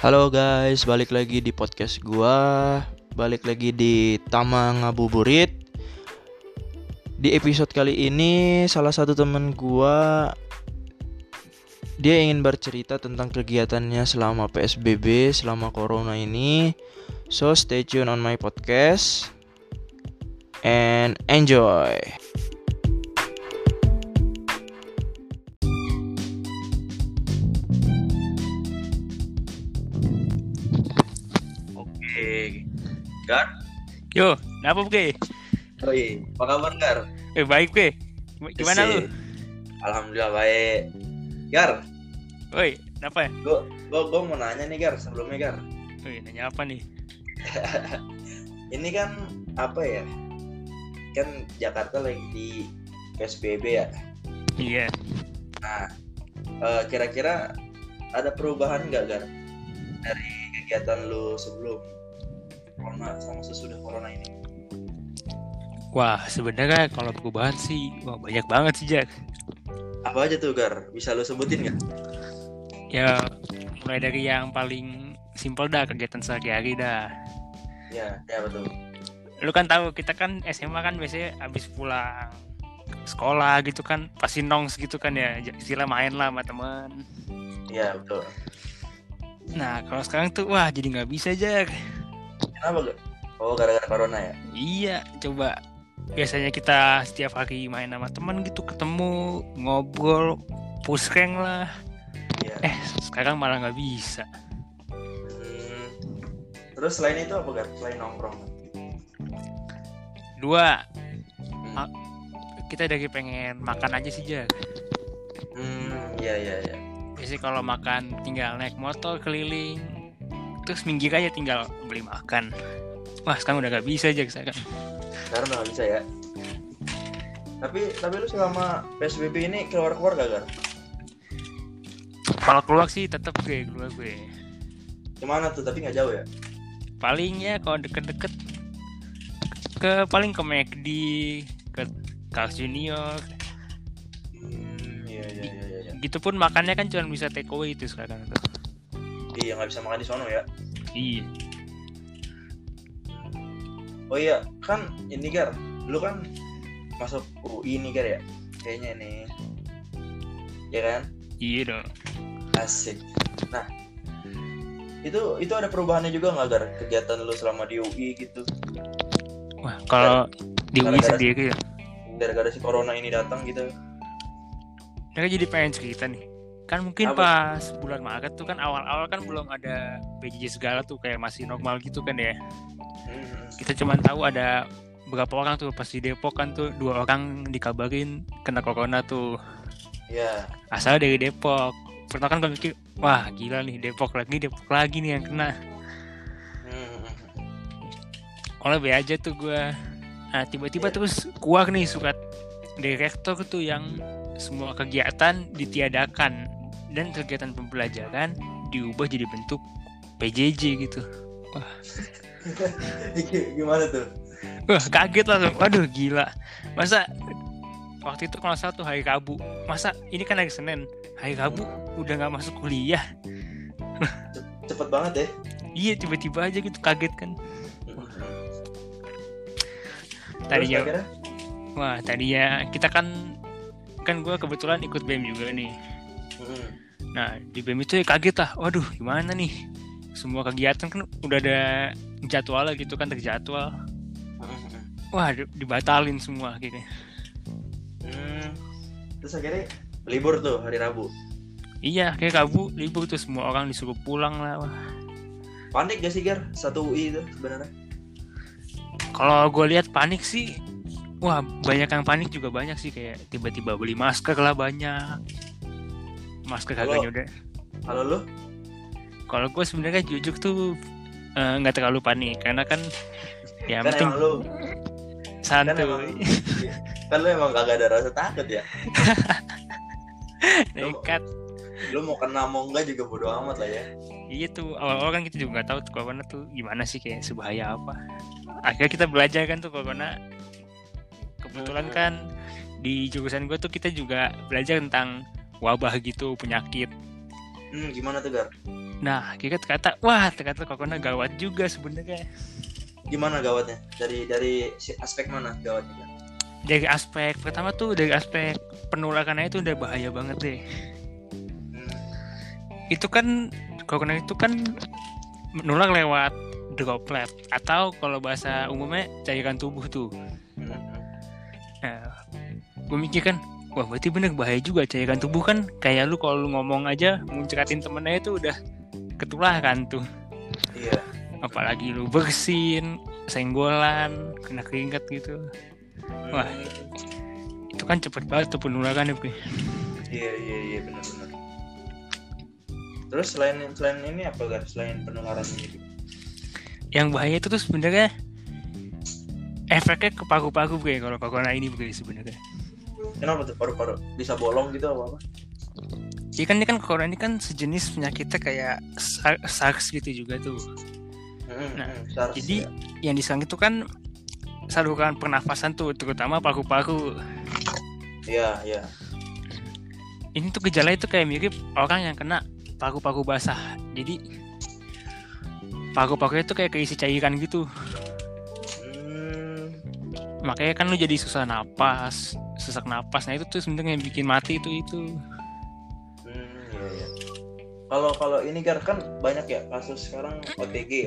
Halo guys, balik lagi di podcast gua. Balik lagi di Tama Ngabuburit. Di episode kali ini salah satu temen gua dia ingin bercerita tentang kegiatannya selama PSBB, selama corona ini. So stay tune on my podcast and enjoy. Oke, Gar? Yo, kenapa Bre? Oi, apa kabar Gar? Baik Bre. Gimana lu? Alhamdulillah baik. Gar, Woi, kenapa ya? gue mau nanya nih Gar, sebelumnya Gar. Woi, nanya apa nih? Ini kan apa ya? Kan Jakarta lagi di PSBB ya. Iya. Nah, kira-kira ada perubahan nggak Gar dari kegiatan lu sebelum corona sama sesudah corona ini? Wah, sebenarnya kalau perubahan sih, banyak banget sih Jack. Apa aja tuh Gar? Bisa lu sebutin nggak? Ya, mulai dari yang paling simpel dah, kegiatan sehari-hari dah. Ya betul. Lu kan tahu kita kan SMA kan biasanya habis pulang sekolah gitu kan, pasti nongs gitu kan ya, istilah main lah sama teman. Iya betul. Nah, kalau sekarang tuh wah jadi nggak bisa Jack. Kenapa Gar? Oh gara-gara corona ya? Iya, coba. Biasanya kita setiap hari main sama teman gitu, ketemu, ngobrol, push rank lah. Iya. Sekarang malah nggak bisa. Terus selain itu apa Gar? Selain nongkrong? Dua, kita dari pengen makan aja sih Jack. Iya. Biasanya kalau makan tinggal naik motor keliling, terus minggir aja tinggal beli makan. Wah sekarang udah nggak bisa Jack sekarang. Sekarang udah gak bisa ya. Tapi lu selama PSBB ini keluar gak Gar? Kalau keluar sih tetap keluar gue. Kemana tuh? Tapi gak jauh ya? Paling ya kalau deket-deket paling ke McD, ke Carl's Junior. Iya. Gitu pun makannya kan cuma bisa take away itu sekarang tuh. Iya gak bisa makan di sono ya? Iya. Oh iya, kan ini Gar, lu kan masuk UI nih Gar ya? Kayaknya nih. Ya kan? Iya dong. Asik. Nah, itu ada perubahannya juga nggak Gar? Kegiatan lu selama di UI gitu? Wah, kalau di UI sendiri ya. Gara-gara si corona ini datang gitu. Mereka jadi pengen cerita nih. Kan mungkin Apa? pas bulan Maret tuh kan awal-awal kan belum ada PJJ segala tuh, kayak masih normal gitu kan ya. Kita cuma tahu ada beberapa orang tuh pas di Depok kan tuh 2 orang dikabarin kena corona tuh. Iya. Asal dari Depok. Pertama kan gue mikir, wah gila nih Depok lagi nih yang kena. Oleh be aja tuh gue. Nah tiba-tiba terus keluar nih surat dari rektor tuh yang semua kegiatan ditiadakan dan kegiatan pembelajaran diubah jadi bentuk PJJ gitu. Wah. Gimana tuh? Wah kaget langsung. Waduh gila. Masa waktu itu kalau salah tuh hari Rabu. Masa ini kan hari Senin, hari Rabu udah nggak masuk kuliah. Cepet banget ya? Iya tiba-tiba aja gitu, kaget kan. Tadinya kita kan gue kebetulan ikut BEM juga nih. Nah di BEM itu ya kaget lah. Waduh gimana nih? Semua kegiatan kan udah ada jadwalnya gitu kan, terjadwal. Wah dibatalin semua akhirnya. Terus akhirnya libur tuh hari Rabu. Iya kayak Rabu libur tuh, semua orang disuruh pulang lah. Wah. Panik gak sih Gar? Satu UI itu sebenarnya? Kalau gue lihat panik sih, wah banyak yang panik juga banyak sih, kayak tiba-tiba beli masker lah banyak. Masker harganya udah. Kalau lu? Kalau gue sebenarnya jujur tuh nggak terlalu panik karena kan ya kan penting lu santuy. Kan lu emang kagak ada rasa takut ya. Nekat. Lu mau kena mau enggak juga bodo amat lah ya. Iya tuh awal-awal kan kita juga nggak tahu tuh corona tuh gimana sih, kayak sebahaya apa. Akhirnya kita belajar kan tuh corona. Kebetulan kan di jurusan gue tuh kita juga belajar tentang wabah gitu, penyakit. Gimana tuh Gar? Nah, kita kata, wah ternyata corona gawat juga sebenarnya. Gimana gawatnya? Dari aspek mana gawatnya? Dari aspek pertama tuh, dari aspek penularannya itu udah bahaya banget deh. Itu kan corona itu kan menular lewat droplet atau kalau bahasa umumnya cairan tubuh tuh. Nah, gue mikir kan, wah berarti bener bahaya juga cairan tubuh kan. Kayak lu kalau lu ngomong aja muncratin temennya itu udah ketularan tuh. Iya. Apalagi lu bersin, senggolan, kena keringat gitu. Wah, itu kan cepet banget tuh penularannya, Bro. Iya benar. Terus selain ini apa guys? Selain penularan ini? Yang bahaya itu tuh sebenarnya efeknya ke paru-paru, Bro, kalau corona ini, Bro, sebenarnya. Kenapa tuh paru-paru? Bisa bolong gitu apa? Iya kan, ini kan corona ini kan sejenis penyakitnya kayak SARS gitu juga tuh. Nah, SARS, jadi yang diserang itu kan saluran pernafasan tuh, terutama paru-paru. Iya. Ini tuh gejala itu kayak mirip orang yang kena paru-paru basah. Jadi paru-parunya tuh kayak keisi cairan gitu. Makanya kan lu jadi susah napas, sesak napas. Nah itu tuh sebenarnya yang bikin mati itu. Iya. Kalau ini kan banyak ya kasus sekarang OTG,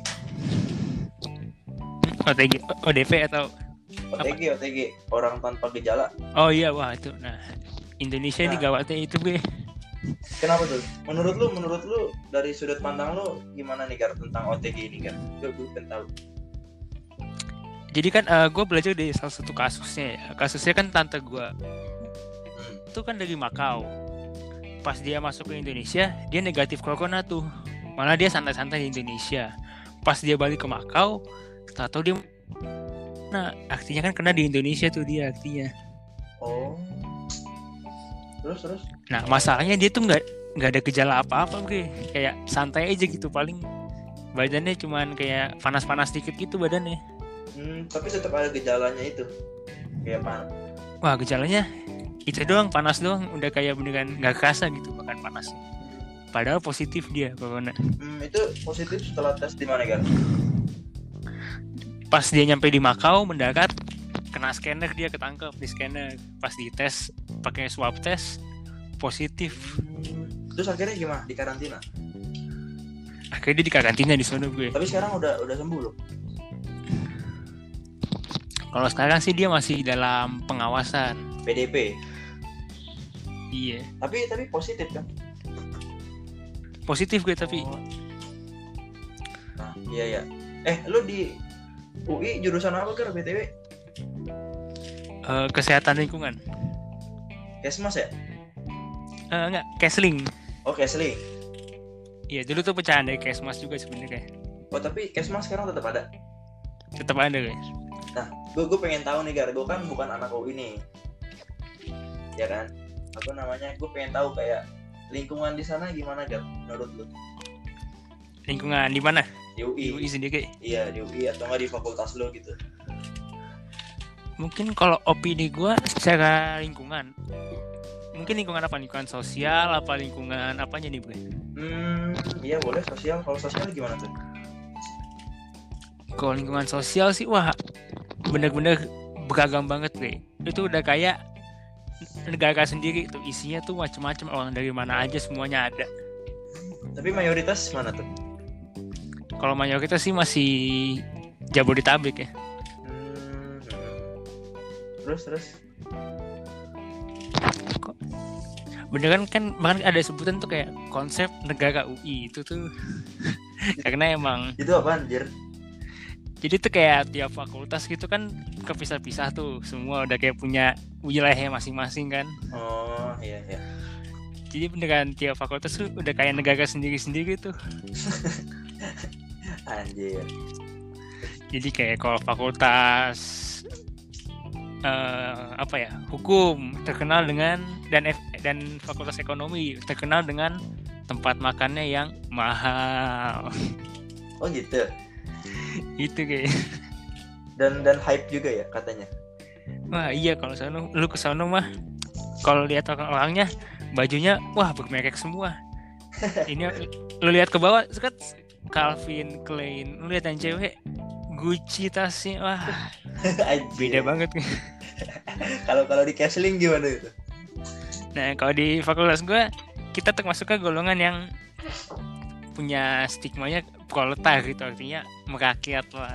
ODP atau OTG orang tanpa gejala. Oh iya, wah itu. Nah, Indonesia ini gawatnya itu, Bre. Kenapa tuh? Menurut lu dari sudut pandang lu gimana nih Gar tentang OTG ini Gar? Gue pengen tahu. Jadi kan gue belajar dari salah satu kasusnya ya. Kasusnya kan tante gue itu kan dari Makau. Pas dia masuk ke Indonesia, dia negatif corona tuh. Malah dia santai-santai di Indonesia. Pas dia balik ke Makau, tahu dia, nah artinya kan kena di Indonesia tuh dia artinya. Oh. Terus? Nah masalahnya dia tuh nggak ada gejala apa-apa, Bre. Kayak santai aja gitu, paling badannya cuman kayak panas-panas dikit gitu badannya. Tapi tetap ada gejalanya itu. Kayak apa? Wah gejalanya itu doang, panas doang, udah kayak beneran nggak kerasa gitu bahkan panas. Padahal positif dia corona. Itu positif setelah tes di mana kan? Pas dia nyampe di Makau mendarat, kena scanner, dia ketangkep di scanner. Pas dites pakai swab test positif. Terus akhirnya gimana? Di karantina? Akhirnya dia di karantina di sana, gue. Tapi sekarang udah sembuh loh. Kalau sekarang sih dia masih dalam pengawasan PDP. Iya. Tapi positif kan? Positif gue tapi. Nah, iya. Lu di UI jurusan apa Gar BTW? Kesehatan lingkungan. Kesmas ya? Enggak, Kesling. Oh, Kesling. Iya, dulu tuh pecahan dari Kesmas juga sebenarnya. Oh, tapi Kesmas sekarang tetap ada? Tetap ada, guys. Nah, gue pengen tahu nih Gar, gue kan bukan anak UI nih. Ya kan? Gue pengen tahu kayak lingkungan di sana gimana Gar menurut lu? Lingkungan di mana? Di UI. Di UI sendiri. Iya, di UI atau nggak di fakultas lu gitu. Mungkin kalau opini gue secara lingkungan, mungkin lingkungan apa? Lingkungan sosial apa lingkungan apanya nih, Bre? Iya boleh sosial. Kalau sosial gimana tuh? Kalau lingkungan sosial sih wah bener-bener beragam banget, Bre. Itu udah kayak negara sendiri tuh, isinya tuh macam-macam, orang dari mana aja semuanya ada. Tapi mayoritas mana tuh? Kalau mayoritas sih masih Jabodetabek ya. Terus Beneran kan bahkan ada sebutan tuh kayak konsep negara UI itu tuh karena emang itu apa anjir? Jadi tuh kayak tiap fakultas gitu kan kepisah-pisah tuh, semua udah kayak punya wilayahnya masing-masing kan. Oh iya. Jadi beneran tiap fakultas tuh udah kayak negara sendiri-sendiri tuh. Anjir. Jadi kayak kalau fakultas hukum terkenal dengan dan fakultas ekonomi terkenal dengan tempat makannya yang mahal. Oh gitu. Itu kayak. Dan hype juga ya katanya. Wah iya, kalau lu ke sana mah kalau lihat orang-orangnya bajunya wah bermerek semua. Ini lu lihat ke bawah, sekat Calvin Klein, lu lihat yang cewek Gucci tasnya, wah beda banget. Kalau di Kesling gimana itu? Nah kalau di fakultas gue, kita termasuk ke golongan yang punya stigmanya proletar gitu, artinya merakyat lah.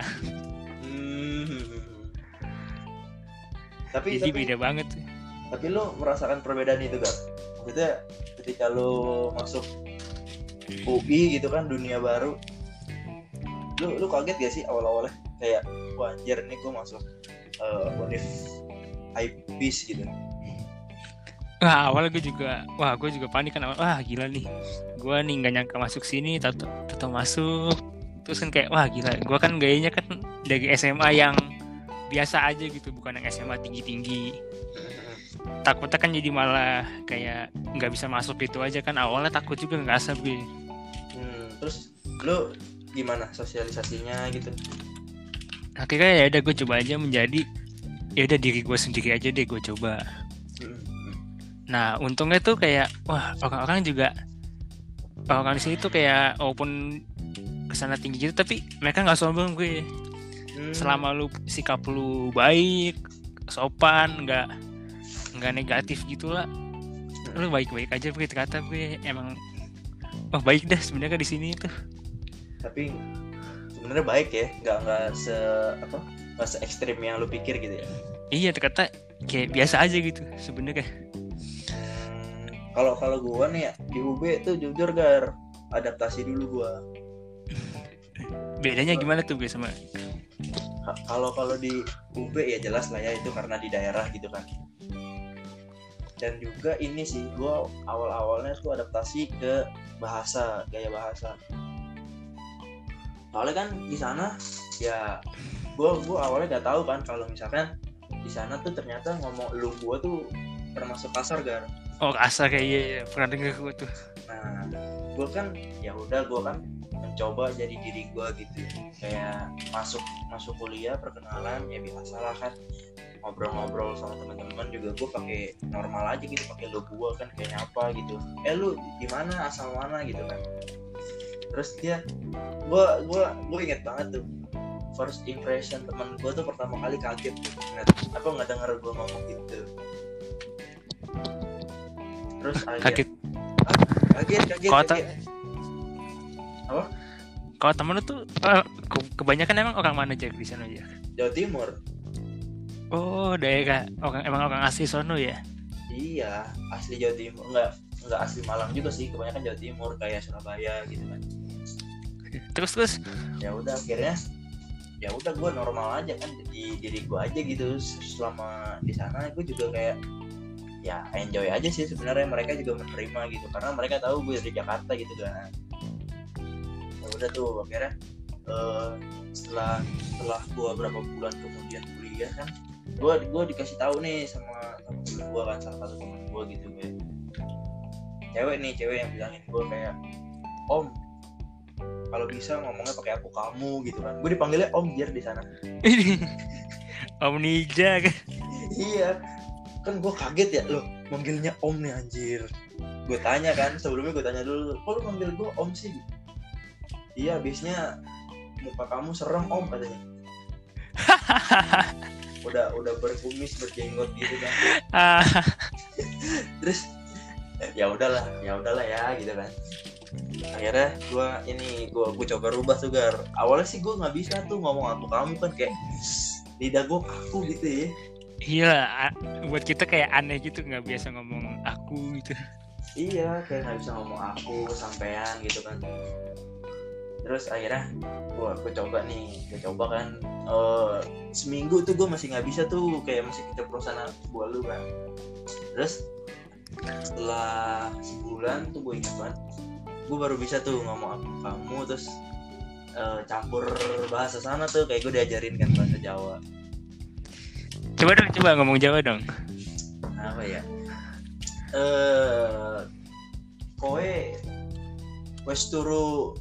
Jadi beda banget. Tapi lo merasakan perbedaan itu gak? Maksudnya ketika lo masuk UI gitu kan, dunia baru, lu kaget gak sih awal-awalnya? Kayak wah anjir nih gue masuk univ hypebeast gitu. Wah awalnya gue juga panik kan, wah gila nih, gue nih nggak nyangka masuk sini, tato masuk, terus kan kayak wah gila, gue kan gayanya kan dari SMA yang biasa aja gitu, bukan yang SMA tinggi-tinggi. Takutnya kan jadi malah kayak nggak bisa masuk itu aja kan, awalnya takut juga nggak asal gue. Terus lu gimana sosialisasinya gitu? Akhirnya ya udah gue coba aja menjadi ya udah diri gue sendiri aja deh, gue coba. Nah untungnya tuh kayak wah orang di sini tuh kayak walaupun kesana tinggi gitu tapi mereka nggak sombong gue. Selama lu sikap lu baik, sopan, nggak negatif gitulah, lu baik-baik aja gue, kata gue emang baik dah sebenarnya di sini tuh. Tapi sebenarnya baik ya, nggak se ekstrim yang lu pikir gitu ya. Iya, ternyata kayak biasa aja gitu sebenarnya. Kalau gua nih ya di UB tuh jujur adaptasi dulu gua. Bedanya gimana tuh gue sama? Kalau di UB ya jelas lah ya, itu karena di daerah gitu kan. Dan juga ini sih gua awal-awalnya tuh adaptasi ke bahasa, gaya bahasa. Soalnya kan di sana ya gua awalnya gak tahu kan kalau misalkan di sana tuh ternyata ngomong lu gua tuh termasuk kasar gar. Oh kasar kayak iya pernah denger gue tuh. Nah gue kan ya udah gue kan mencoba jadi diri gue gitu, kayak masuk kuliah perkenalan ya biasa lah kan, ngobrol sama teman-teman juga gue pakai normal aja gitu, pakai lu gue kan kayak apa gitu, lu di mana asal mana gitu kan. Terus dia gue inget banget tuh first impression teman gue tuh pertama kali kaget nggak denger gue ngomong gitu. Terus kaget. Apa? Kalau temen lu tuh kebanyakan emang orang mana aja di sana aja? Jawa Timur. Oh daerah orang asli sono ya? Iya asli Jawa Timur, nggak asli Malang juga sih, kebanyakan Jawa Timur kayak Surabaya gitu kan. Terus ya udah akhirnya ya udah gue normal aja kan, jadi diri gue aja gitu. Selama di sana gue juga kayak ya enjoy aja sih sebenarnya, mereka juga menerima gitu karena mereka tahu gue dari Jakarta gitu kan. Ya udah tuh akhirnya setelah gue berapa bulan kemudian kuliah kan, gue dikasih tahu nih sama temen gue kan, salah satu temen gue gitu gue cewek yang bilangin gue kayak om kalau bisa ngomongnya pakai aku kamu gitu kan. Gue dipanggilnya om Jer di sana. Om Nija kan. Iya kan gue kaget ya, loh manggilnya om nih anjir. Gue tanya kan, sebelumnya gue tanya dulu, kok lu manggil gue om sih? Iya biasanya muka kamu serem om katanya. udah berkumis berjenggot gitu kan. Terus ya udahlah ya gitu kan. Akhirnya gue coba rubah tuh gar. Awalnya sih gue nggak bisa tuh ngomong aku kamu kan, kayak lidah gue kaku gitu ya. Iya, buat kita kayak aneh gitu, nggak biasa ngomong aku gitu. Iya, kayak nggak bisa ngomong aku sampean gitu kan. Terus akhirnya gue coba kan seminggu tuh gue masih nggak bisa tuh, kayak masih keceplosan gue lu kan. Terus setelah sebulan tuh gue ingat banget, gue baru bisa tuh ngomong aku kamu, terus campur bahasa sana tuh, kayak gue diajarin kan bahasa Jawa. Coba ngomong Jawa dong. Apa ya? Kowe wes turu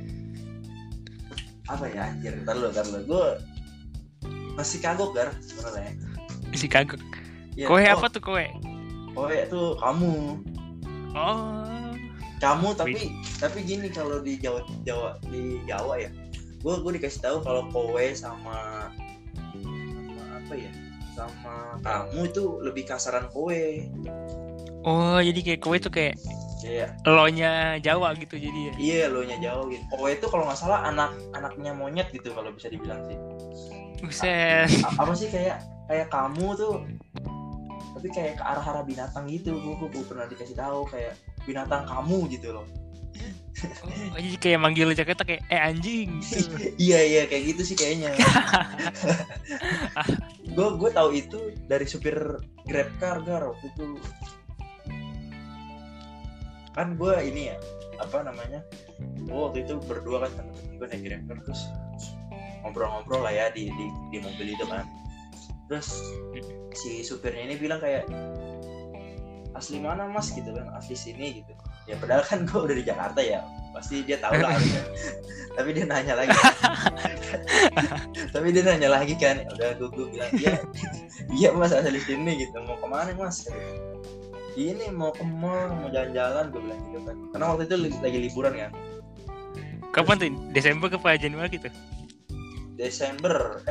apa ya anjir, ntar lu gue masih kagok gar sebenarnya. Masih kagok. Ya, kowe apa tuh kowe? Kowe tuh kamu. Oh. kamu, tapi gini, kalau di Jawa ya, gue dikasih tahu kalau kowe sama apa ya, sama kamu itu lebih kasaran kowe. Oh, jadi kayak kowe tuh kayak lo-nya Jawa gitu jadi ya. Iya, lo-nya Jawa gitu. Kowe itu kalau nggak salah anaknya monyet gitu kalau bisa dibilang sih. Buset. Apa sih, kayak kamu tuh tapi kayak ke arah binatang gitu. Gue pernah dikasih tahu kayak binatang kamu gitu loh. Oh, jadi kayak manggil Jakarta kayak anjing gitu. Iya kayak gitu sih kayaknya. Gue tahu itu dari supir Grab Car waktu itu. Kan gue ini ya, apa namanya, gue waktu itu berdua kan temen-temen gue naik Grab Car, terus ngobrol-ngobrol lah ya di mobil itu kan. Terus si supirnya ini bilang kayak, asli mana mas gitu kan, asli sini gitu. Ya padahal kan gue udah di Jakarta ya, pasti dia tahu lah harusnya. Tapi dia nanya lagi kan. Udah gue bilang iya mas, asli sini gitu. Mau kemana mas? Ini mau ke mall, mau jalan-jalan, gue bilang gitu kan. Karena waktu itu lagi liburan kan. Kapan tuh? Desember ke Januari gitu? Desember.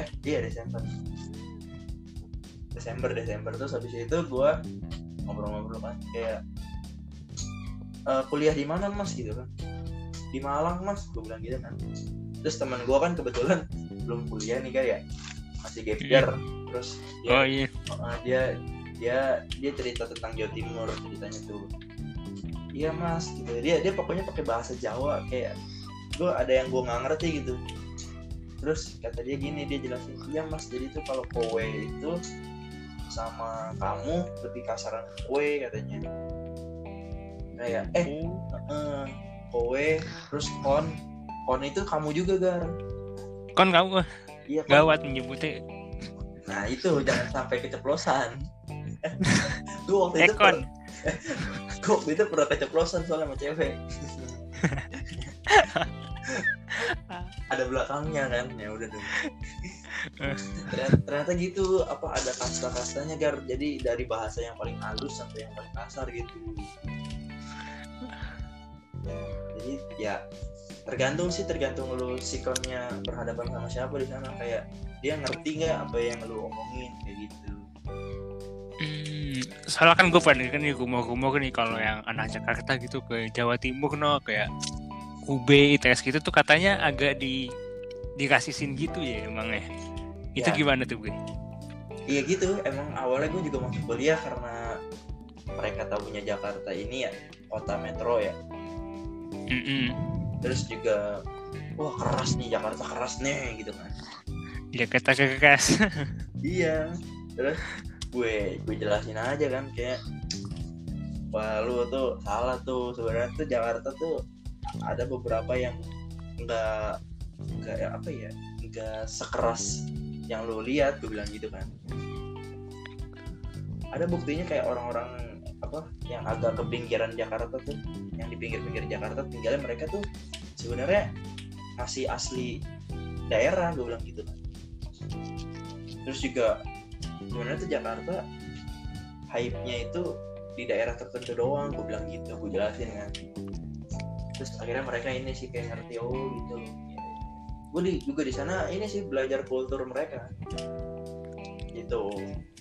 Terus habis itu gue ngobrol-ngobrol kan, kayak kuliah di mana mas gitu kan. Di Malang mas, gue bilang gitu kan. Terus teman gue kan kebetulan belum kuliah nih kan ya, masih gap year. Terus dia cerita tentang Jawa Timur, ceritanya tuh. Iya mas gitu. Dia pokoknya pakai bahasa Jawa, kayak gue ada yang gue nggak ngerti gitu. Terus kata dia gini, dia jelasin, iya mas, jadi tuh kalau kowe itu sama kamu lebih kasaran kowe katanya. Kayak kowe, terus kon itu kamu juga Gar. Kon kamu. Iya, gawat menyebutnya. Nah itu jangan sampai keceplosan. Gue waktu itu pernah keceplosan soalnya sama cewek. Ada belakangnya kan, ya udah dong. Ternyata gitu, apa ada kasta-kastanya Gar. Jadi dari bahasa yang paling halus sampai yang paling kasar gitu. Jadi ya tergantung lu sikonnya berhadapan sama siapa di sana, kayak dia ngerti nggak apa yang lu omongin kayak gitu. Soalnya kan gue pernah kan nih rumor-rumor nih kalau yang anak Jakarta gitu ke Jawa Timur kayak UB, ITS gitu tuh katanya agak dikasisin gitu ya emangnya. Itu ya. Gimana tuh gue? Iya gitu, emang awalnya gue juga masuk kuliah karena mereka tahunya Jakarta ini ya kota metro ya. Terus juga wah keras nih, Jakarta keras nih gitu kan. Jakarta keras. Iya. Terus gue jelasin aja kan, kayak wah lu tuh salah tuh, sebenarnya tuh Jakarta tuh ada beberapa yang enggak sekeras yang lu lihat, gue bilang gitu kan. Ada buktinya kayak orang-orang yang agak ke pinggiran Jakarta tuh, yang di pinggir-pinggir Jakarta tinggalnya mereka tuh sebenarnya masih asli daerah, gue bilang gitu kan. Terus juga sebenarnya tuh Jakarta hype-nya itu di daerah tertentu doang, gue bilang gitu, gue jelasin kan. Terus akhirnya mereka ini sih kayak ngerti, oh gitu loh. Gue juga di sana ini sih belajar kultur mereka gitu.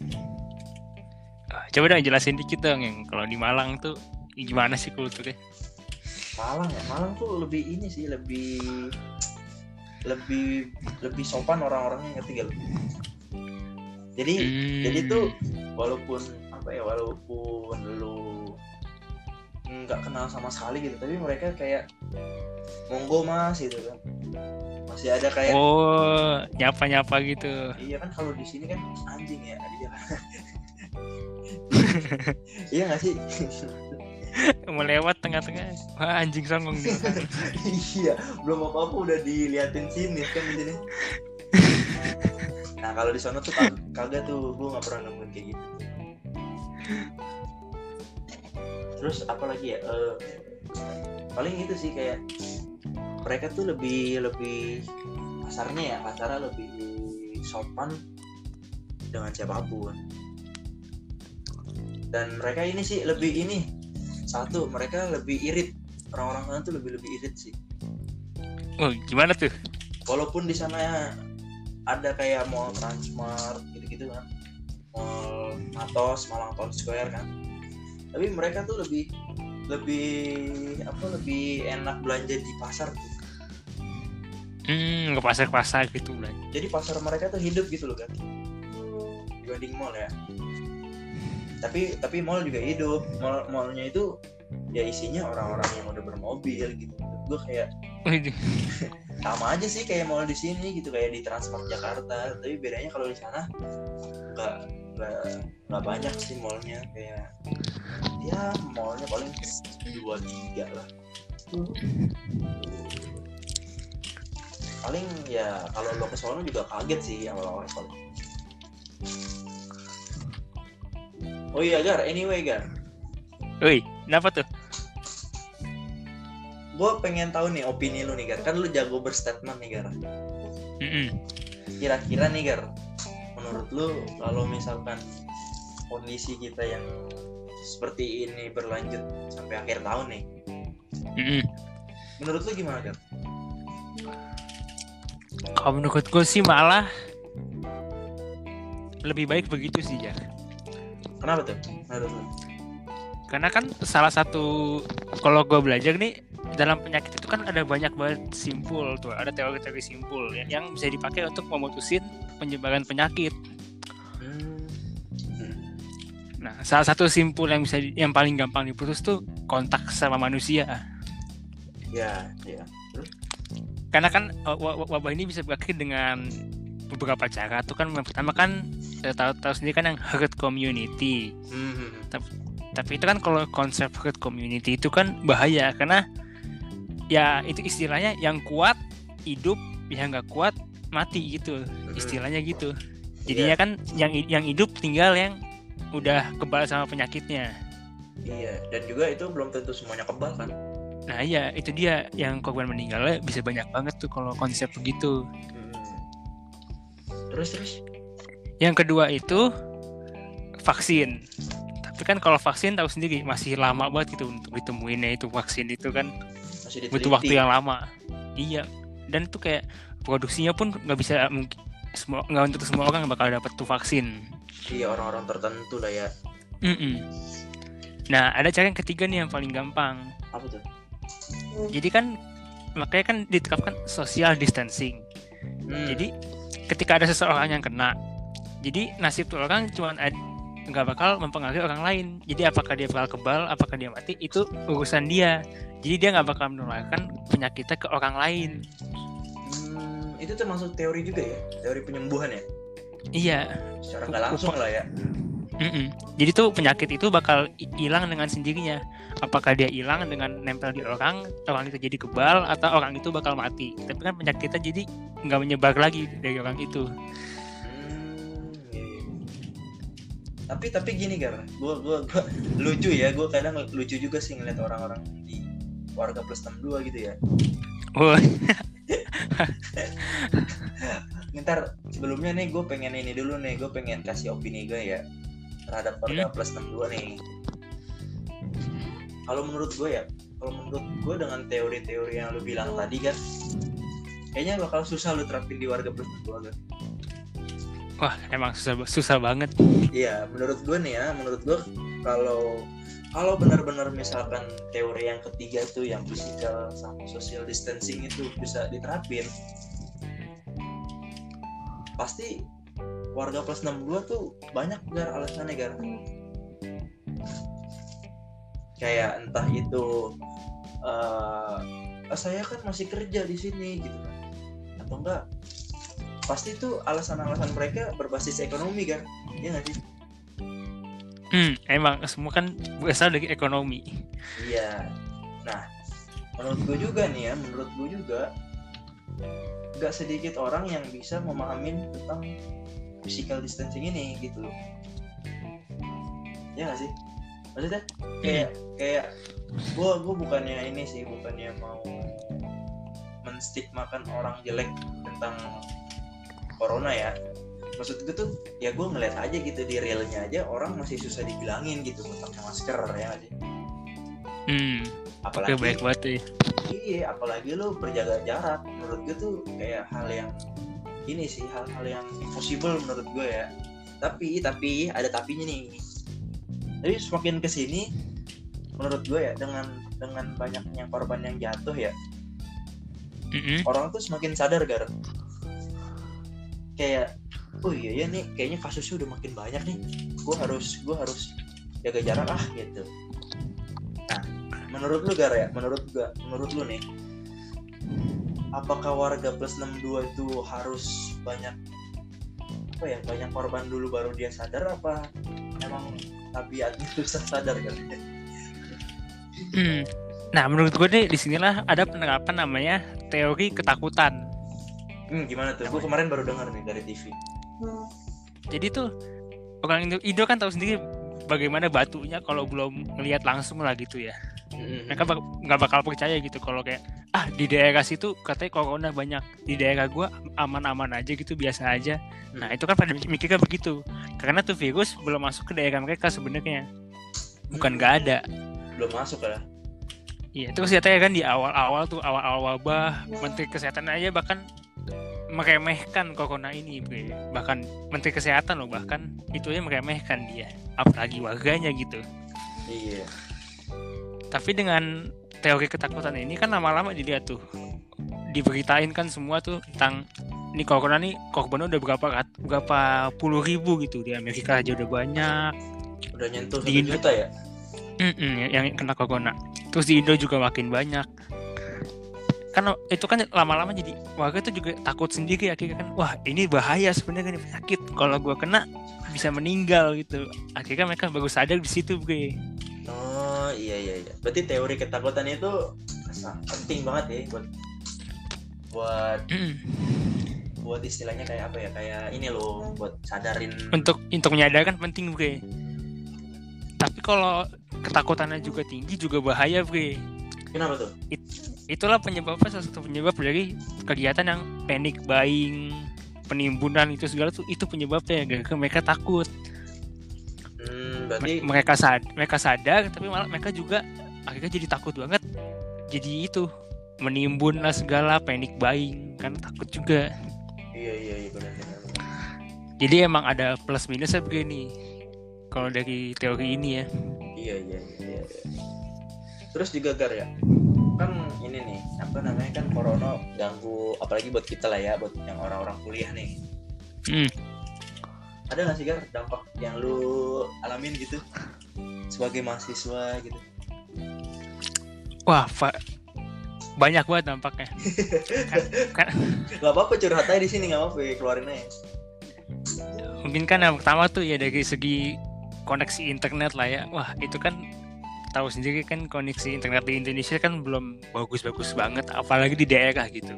Coba dong jelasin dikit dong, yang kalau di Malang tuh gimana sih kulturnya? Malang tuh lebih ini sih, lebih sopan orang-orangnya, ngerti gak lu? Jadi tuh walaupun lu nggak kenal sama sekali gitu, tapi mereka kayak monggo mas gitu kan. Masih ada kayak nyapa gitu. Iya kan, kalau di sini kan anjing ya dia. Iya nggak sih? Mau lewat tengah-tengah, wah anjing songong nih. Iya, belum apa-apa udah diliatin sini kan di sini. Nah kalau di sana tuh kagak tuh, gue nggak pernah nemuin kayak gitu. Terus apa lagi ya? Paling itu sih, kayak mereka tuh lebih kasarnya lebih sopan dengan siapapun. Dan mereka ini sih lebih ini, satu, mereka lebih irit orang-orang sana tuh lebih irit sih. Oh, gimana tuh? Walaupun di sana ada kayak mall Transmart gitu-gitu kan, mall Matos, Malang Town Square kan, tapi mereka tuh lebih enak belanja di pasar tuh. Ke pasar gitu lah. Jadi pasar mereka tuh hidup gitu loh kan, dibanding mall ya. Tapi mall juga hidup. Mallnya itu ya isinya orang-orang yang udah bermobil gitu. Gue kayak sama aja sih kayak mall di sini gitu, kayak di Transmart Jakarta. Tapi bedanya kalau di sana nggak banyak sih mallnya, kayak ya mallnya paling 2-3 lah. Paling ya kalau lo ke sono juga kaget sih awal-awal sono. Oh iya Gar, anyway Gar. Woi, kenapa tuh? Gue pengen tahu nih opini lu nih Gar. Kan lu jago berstatement nih Gar. Kira-kira nih Gar, menurut lu kalau misalkan kondisi kita yang seperti ini berlanjut sampai akhir tahun nih, menurut lu gimana Gar? Kalau menurut gue sih malah lebih baik begitu sih ya. Kenapa tuh? Menurut lu? Karena kan salah satu, kalau gue belajar nih, dalam penyakit itu kan ada banyak banget simpul tuh, ada teori-teori simpul yang bisa dipakai untuk memutusin penyebaran penyakit. Nah, salah satu simpul yang paling gampang diputus tuh kontak sama manusia. Ya. Karena kan wabah ini bisa berakhir dengan beberapa cara tuh kan. Yang pertama kan tahu sendiri kan yang herd community. Tapi itu kan kalau konsep herd community itu kan bahaya, karena ya itu istilahnya yang kuat hidup, yang nggak kuat mati gitu, istilahnya gitu. Jadinya kan yang hidup tinggal yang udah kebal sama penyakitnya. Iya, dan juga itu belum tentu semuanya kebal kan. Nah iya, itu dia, yang korban meninggalnya bisa banyak banget tuh kalau konsep begitu. Terus? Yang kedua itu vaksin. Tapi kan kalau vaksin tahu sendiri masih lama banget gitu untuk ditemuinnya, itu vaksin itu kan masih butuh waktu yang lama. Iya, dan itu kayak produksinya pun nggak bisa, mungkin nggak untuk semua orang bakal dapat tuh vaksin. Iya, orang-orang tertentu lah ya. Nah, ada cara yang ketiga nih yang paling gampang. Apa tuh? Jadi kan makanya kan diterapkan social distancing. Jadi ketika ada seseorang yang kena, jadi nasib tuh orang cuma nggak bakal mempengaruhi orang lain. Jadi apakah dia bakal kebal, apakah dia mati, itu urusan dia. Jadi dia nggak bakal menularkan penyakitnya ke orang lain. Itu termasuk teori juga ya, teori penyembuhan ya? Iya. Secara nggak langsung lah ya. Jadi tuh penyakit itu bakal hilang dengan sendirinya. Apakah dia hilang dengan nempel di orang itu jadi kebal, atau orang itu bakal mati. Tapi kan penyakitnya jadi nggak menyebar lagi dari orang itu. Tapi gini Gar, gue lucu ya, gue kadang lucu juga sih ngeliat orang-orang di Warga Plus 62 gitu ya. Ntar sebelumnya nih gue pengen ini dulu nih, gue pengen kasih opini gue ya terhadap Warga Plus 62 nih. Kalau menurut gue dengan teori-teori yang lu bilang tadi kan, kayaknya bakal susah lu terapin di Warga Plus 62 kan. Wah, emang susah banget. Iya, menurut gue kalau benar-benar misalkan teori yang ketiga itu yang physical sama social distancing itu bisa diterapin, pasti Warga Plus 62 tuh banyak alasannya Gar. Kayak entah itu saya kan masih kerja di sini gitu kan, atau enggak pasti itu alasan-alasan mereka berbasis ekonomi kan, ya nggak sih? Emang semua kan berasal dari ekonomi. Iya. Nah, menurut gue juga nggak sedikit orang yang bisa memahamin tentang physical distancing ini gitu, ya nggak sih? Maksudnya kayak gue bukannya mau menstigmakan orang jelek tentang corona ya. Maksud gue tuh ya gue ngeliat aja gitu, di realnya aja orang masih susah dibilangin gitu pakai masker, ya nggak sih? apalagi baik banget ya. iya, apalagi lu berjaga jarak. Menurut gue tuh kayak hal yang ini sih, hal-hal yang impossible menurut gue ya. Tapi ada tapinya nih. Jadi semakin kesini menurut gue ya, dengan banyaknya korban yang jatuh ya, orang tuh semakin sadar kayak oh iya ya nih, kayaknya kasusnya udah makin banyak nih, gue harus jaga jarak gitu. Nah, menurut lu menurut lu nih, apakah warga plus 62 itu harus banyak korban dulu baru dia sadar, apa emang tabiatnya susah sadar kan? Nah, menurut gue nih disinilah ada penerapan namanya teori ketakutan. Gimana tuh? Gue kemarin baru dengar nih dari TV. Jadi tuh orang Indo kan tahu sendiri bagaimana batunya kalau belum ngelihat langsung lah gitu ya. Mereka nggak bakal percaya gitu kalau kayak di daerah situ katanya corona banyak, di daerah gue aman-aman aja gitu, biasa aja. Nah itu kan pada mikirnya begitu karena tuh virus belum masuk ke daerah mereka sebenarnya, bukan nggak ada, belum masuk lah. Iya, terus katanya kan di awal-awal wabah, Menteri Kesehatan aja bahkan meremehkan corona ini, bahkan Menteri Kesehatan loh, bahkan itu aja meremehkan dia, apalagi warganya gitu. Iya. Tapi dengan teori ketakutan ini kan lama-lama dilihat tuh, diberitain kan semua tuh tentang ini corona nih korbannya udah berapa puluh ribu gitu, di Amerika aja udah banyak, udah nyentuh 1 juta ya. Yang kena corona. Terus di Indo juga makin banyak. Kan itu kan lama-lama jadi warga itu juga takut sendiri akhirnya kan, wah ini bahaya sebenarnya nih penyakit, kalau gue kena bisa meninggal gitu. Akhirnya mereka baru sadar di situ, bre. Oh iya. Berarti teori ketakutan itu penting banget ya buat istilahnya kayak apa ya, kayak ini loh, buat sadarin, untuk menyadarkan penting, bre. Tapi kalau ketakutannya juga tinggi juga bahaya, bre. Kenapa tuh? Itulah penyebabnya, salah satu penyebab dari kegiatan yang panic buying, penimbunan itu segala tuh, itu penyebabnya gara-gara mereka takut. Berarti mereka sadar tapi malah mereka juga akhirnya jadi takut banget. Jadi itu menimbun lah segala, panic buying kan, takut juga. Iya benar. Jadi emang ada plus minusnya begini kalau dari teori ini ya. Iya. Terus juga ya, kan ini nih apa namanya, kan corona ganggu apalagi buat kita lah ya, buat yang orang-orang kuliah nih. Ada nggak sih dampak yang lu alamin gitu sebagai mahasiswa gitu? Wah, banyak banget dampaknya. kan Gak apa-apa curhat aja di sini, nggak apa-apa, keluarin aja. Mungkin kan yang pertama tuh ya dari segi koneksi internet lah ya. Wah itu kan tahu sendiri kan, koneksi internet di Indonesia kan belum bagus-bagus banget, apalagi di daerah gitu.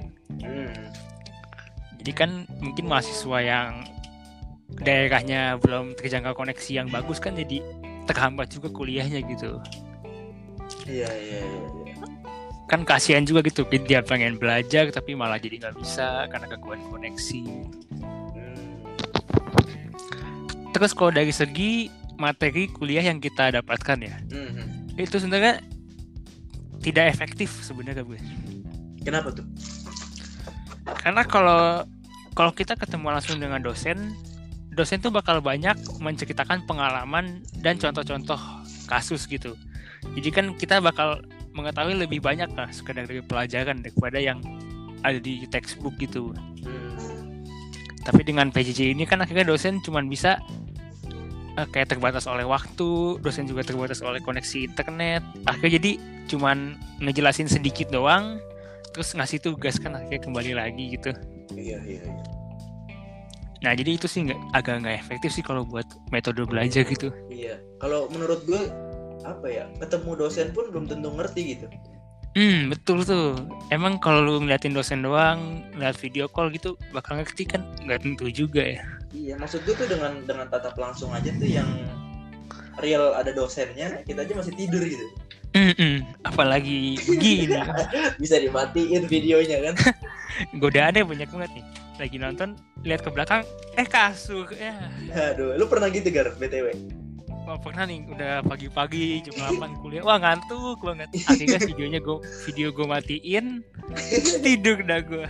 Jadi kan mungkin mahasiswa yang daerahnya belum terjangkau koneksi yang bagus kan jadi terhambat juga kuliahnya gitu. Iya. Kan kasihan juga gitu, dia pengen belajar tapi malah jadi nggak bisa karena gangguan koneksi. Terus kalau dari segi materi kuliah yang kita dapatkan ya, itu sebenarnya tidak efektif sebenarnya, gue. Kenapa tuh? Karena kalau kita ketemu langsung dengan dosen tuh bakal banyak menceritakan pengalaman dan contoh-contoh kasus gitu. Jadi kan kita bakal mengetahui lebih banyak lah sekedar dari pelajaran daripada yang ada di textbook gitu. Tapi dengan PJJ ini kan akhirnya dosen cuma bisa kayak terbatas oleh waktu, dosen juga terbatas oleh koneksi internet. Akhirnya jadi cuman ngejelasin sedikit doang, terus ngasih tugas kan akhirnya kembali lagi gitu. Iya. Nah jadi itu sih agak nggak efektif sih kalau buat metode belajar gitu. Iya. Kalau menurut gue apa ya, ketemu dosen pun belum tentu ngerti gitu. Betul tuh. Emang kalau lu ngeliatin dosen doang, ngeliat video call gitu bakal ngerti kan? Nggak tentu juga ya. Iya, maksud gue tuh dengan tatap langsung aja tuh yang real ada dosennya, kita aja masih tidur gitu. Apalagi begini. Bisa dimatiin videonya kan. Godaannya banyak banget nih. Lagi nonton, lihat ke belakang, kasur ya. Aduh, lu pernah gitu BTW? Wah, pernah nih udah pagi-pagi jam 8 kuliah. Wah, ngantuk banget. Akhirnya video gue matiin. Tidur dah gue.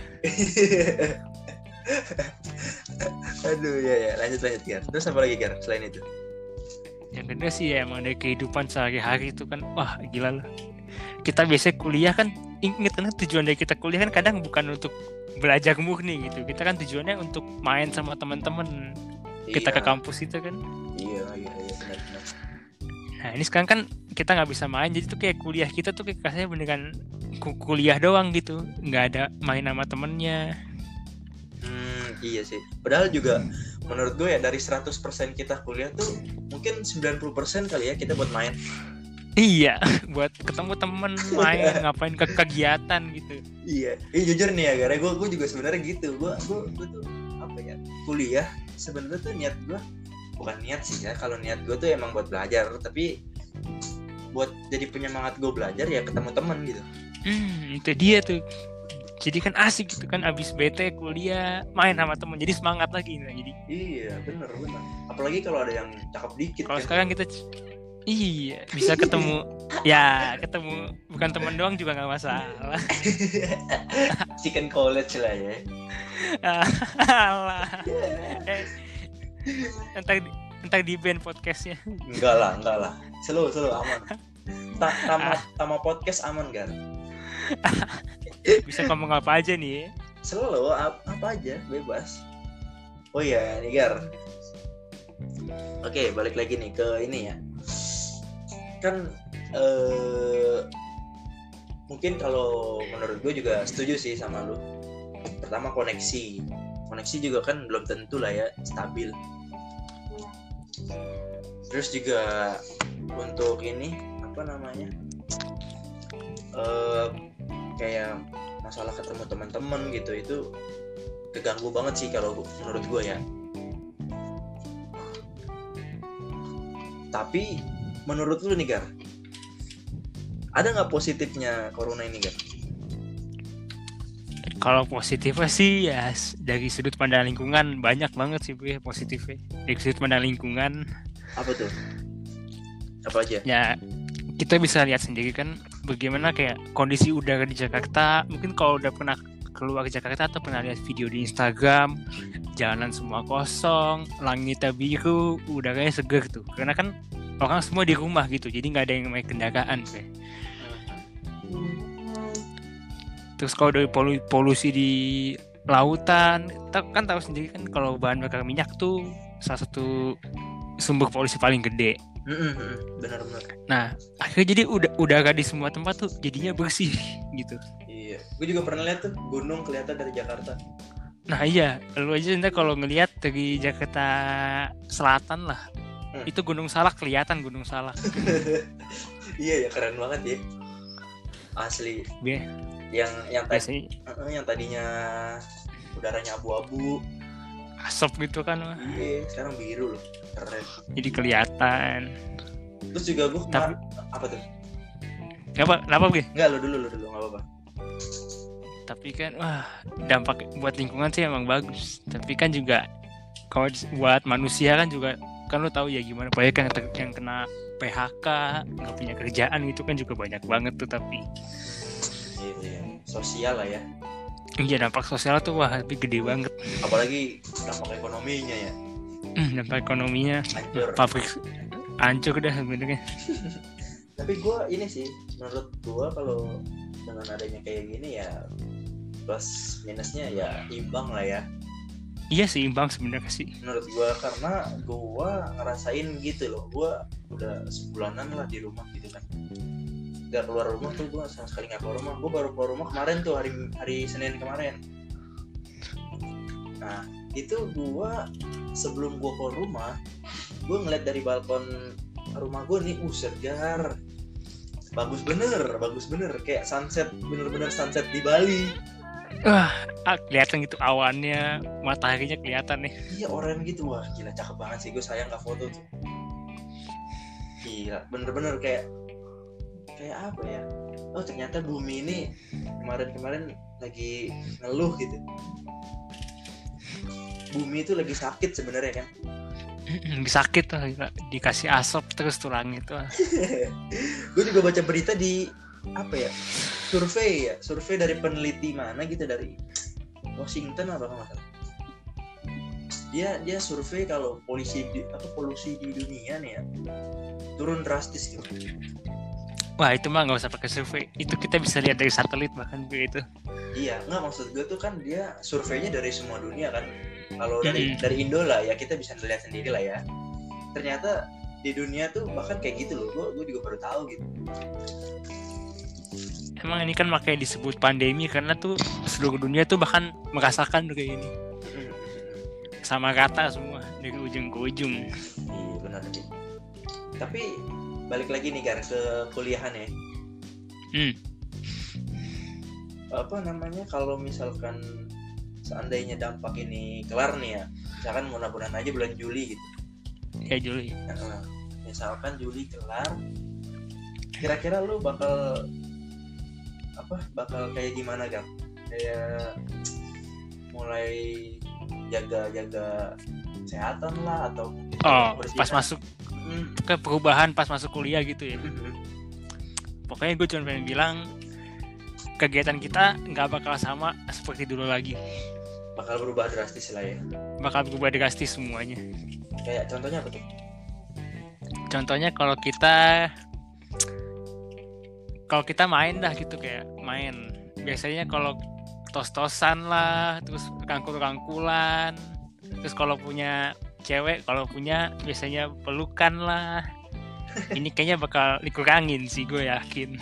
Aduh ya lanjut Gar. Terus apa lagi Gar selain itu? Yang kedua sih ya emang dari kehidupan sehari-hari itu kan, wah gila loh. Kita biasanya kuliah kan, inget kan tujuan dari kita kuliah kan kadang bukan untuk belajar murni gitu. Kita kan tujuannya untuk main sama teman-teman. Kita ke kampus itu kan. Iya benar. Nah ini sekarang kan kita nggak bisa main, jadi tuh kayak kuliah kita tuh kayak kasarnya beneran kuliah doang gitu, nggak ada main sama temennya. Iya sih. Padahal juga menurut gue ya dari 100% kita kuliah tuh mungkin 90% kali ya kita buat main. Iya, buat ketemu temen, main, ngapain ke kegiatan gitu. Iya, jujur nih ya, gara gue juga sebenarnya gitu. Gue tuh apa ya, kuliah sebenarnya tuh niat gue bukan niat sih ya. Kalau niat gue tuh emang buat belajar, tapi buat jadi penyemangat gue belajar ya ketemu temen gitu. Itu dia tuh. Jadi kan asik gitu kan, abis bete kuliah main sama temen, jadi semangat lagi nah, jadi. Iya, bener. Apalagi kalau ada yang cakep dikit. Kalau kan sekarang kita bisa ketemu ya, ketemu bukan teman doang juga nggak masalah. Chicken college lah ya. Alah. Entar di band podcastnya. Enggak lah. Selalu aman. Tama podcast aman Gar. Bisa ngomong apa aja nih ya? Selalu apa aja bebas. Oh iya nih Gar. Oke, balik lagi nih ke ini ya. Kan mungkin kalau menurut gue juga setuju sih sama lu. Pertama koneksi juga kan belum tentu lah ya stabil. Terus juga untuk ini apa namanya kayak masalah ketemu teman-teman gitu, itu keganggu banget sih kalau menurut gue ya. Tapi menurut lu nih Gar, ada nggak positifnya corona ini Gar? Kalau positifnya sih ya dari sudut pandang lingkungan banyak banget sih Bu, positifnya. Dari sudut pandang lingkungan. Apa tuh? Apa aja? Ya kita bisa lihat sendiri kan bagaimana kayak kondisi udara di Jakarta. Mungkin kalau udah pernah keluar Jakarta atau pernah lihat video di Instagram, jalanan semua kosong, langitnya biru, udaranya seger tuh. Karena kan orang semua di rumah gitu, jadi nggak ada yang main kendaraan kayak. Terus kalau dari polusi di lautan, kan tahu sendiri kan kalau bahan bakar minyak tuh salah satu sumber polusi paling gede. Benar. Nah, akhirnya jadi udara di semua tempat tuh jadinya bersih gitu. Iya, gue juga pernah lihat tuh gunung kelihatan dari Jakarta. Nah iya, lu aja ntar kalau ngelihat dari Jakarta Selatan lah, itu Gunung Salak kelihatan Gunung Salak. Iya ya, keren banget ya. Asli. Yang tadinya udaranya abu-abu, asap gitu kan. Iya, sekarang biru loh. Keren. Jadi kelihatan. Terus juga gue apa tuh? Kenapa gue? Enggak, lu dulu enggak apa-apa. Tapi kan dampak buat lingkungan sih emang bagus. Tapi kan juga kalau buat manusia kan juga kan lu tahu ya gimana banyak kan yang kena PHK, nggak punya kerjaan gitu kan juga banyak banget tuh. Tapi iya, sosial lah ya. Iya, dampak sosial tuh lebih gede banget. Apalagi dampak ekonominya ya. Dampak ekonominya pabrik hancur dah sebenarnya. Tapi gue ini sih, menurut gue kalau dengan adanya kayak gini ya plus minusnya ya imbang lah ya. Iya sih, imbang sebenarnya sih. Menurut gue karena gue ngerasain gitu loh, gue udah sebulanan lah di rumah gitu kan. Gak keluar rumah tuh, gue sama sekali gak keluar rumah. Gue baru keluar rumah kemarin tuh, hari Senin kemarin. Nah itu gue sebelum gue keluar rumah, gue ngeliat dari balkon rumah gue nih, segar, bagus bener, kayak sunset, bener-bener sunset di Bali. Kelihatan gitu awannya, mataharinya kelihatan nih. Iya, oranye gitu, wah gila cakep banget sih. Gue sayang gak foto tuh. Gila, bener-bener kayak apa ya? Oh ternyata bumi ini kemarin lagi ngeluh gitu. Bumi itu lagi sakit sebenarnya kan. sakit tuh dikasih asap terus tulangnya tuh. Gue juga baca berita di apa ya, survei dari peneliti mana gitu, dari Washington apa nggak salah. Dia survei kalau polusi di dunia nih ya turun drastis gitu. Wah itu mah nggak usah pakai survei, itu kita bisa lihat dari satelit bahkan gitu. Iya, nggak, maksud gue tuh kan dia surveinya dari semua dunia kan. Kalau dari Indo lah ya kita bisa lihat sendiri lah ya. Ternyata di dunia tuh bahkan kayak gitu loh. Gue juga baru tahu gitu. Emang ini kan makanya disebut pandemi karena tuh seluruh dunia tuh bahkan merasakan kayak gini. Sama rata semua dari ujung ke ujung. Iya benar sih. Tapi balik lagi nih Gar ke kuliahan ya. Apa namanya, kalau misalkan seandainya dampak ini kelar nih ya, misalkan mudah-mudahan aja bulan Juli gitu. Ya Juli. Misalkan Juli kelar, kira-kira lu bakal kayak gimana Gar? Kayak mulai jaga kesehatan lah atau pas masuk ke perubahan pas masuk kuliah gitu ya. Pokoknya gue cuma pengen bilang kegiatan kita nggak bakal sama seperti dulu lagi. Bakal berubah drastis lah ya. Bakal berubah drastis semuanya. Kayak contohnya apa tuh? Contohnya kalau kita main dah gitu, kayak main. Biasanya kalau tos-tosan lah, terus rangkul-rangkulan, terus kalau punya cewek, biasanya pelukan lah. Ini kayaknya bakal dikurangin sih, gue yakin.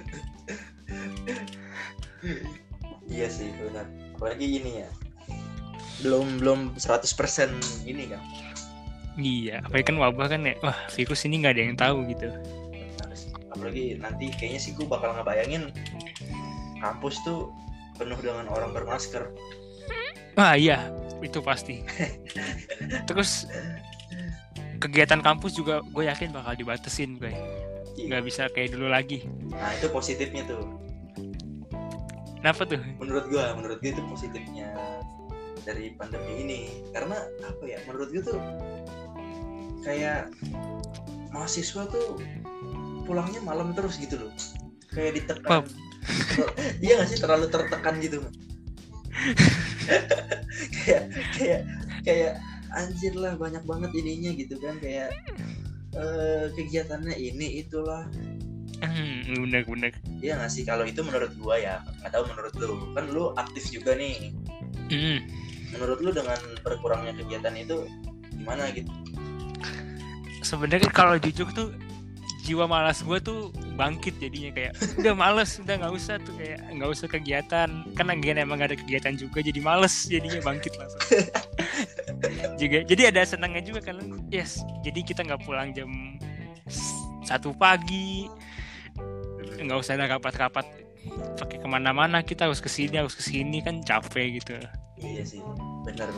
Iya sih benar. Apalagi ini ya, belum 100% ini kan. Iya, apalagi kan wabah kan ya. Wah, virus ini nggak ada yang tahu gitu. Apalagi nanti kayaknya sih gue bakal ngebayangin kampus tuh penuh dengan orang bermasker. Wah iya, itu pasti. Terus kegiatan kampus juga gue yakin bakal dibatasin, gue. Nggak bisa kayak dulu lagi. Nah itu positifnya tuh. Kenapa tuh? Menurut gue itu positifnya dari pandemi ini. Karena apa ya, menurut gue tuh kayak mahasiswa tuh pulangnya malam terus gitu loh. Kayak ditekan. Iya nggak sih, terlalu tertekan gitu. kayak anjir lah, banyak banget ininya gitu kan, kayak kegiatannya ini itulah. Bener. Iya nggak sih, kalau itu menurut gua ya. Nggak tahu menurut lu, kan lu aktif juga nih. Menurut lu dengan berkurangnya kegiatan itu gimana gitu? Sebenarnya kalau jujur tuh jiwa malas gue tuh bangkit jadinya, kayak udah males, udah nggak usah tuh, kayak nggak usah kegiatan, karena emang gak ada kegiatan juga, jadi males jadinya, bangkit langsung. juga jadi ada senangnya juga kan, yes, jadi kita nggak pulang jam 1 pagi, nggak usah ada rapat-rapat pakai kemana-mana, kita harus kesini kan capek gitu. Iya sih, benar.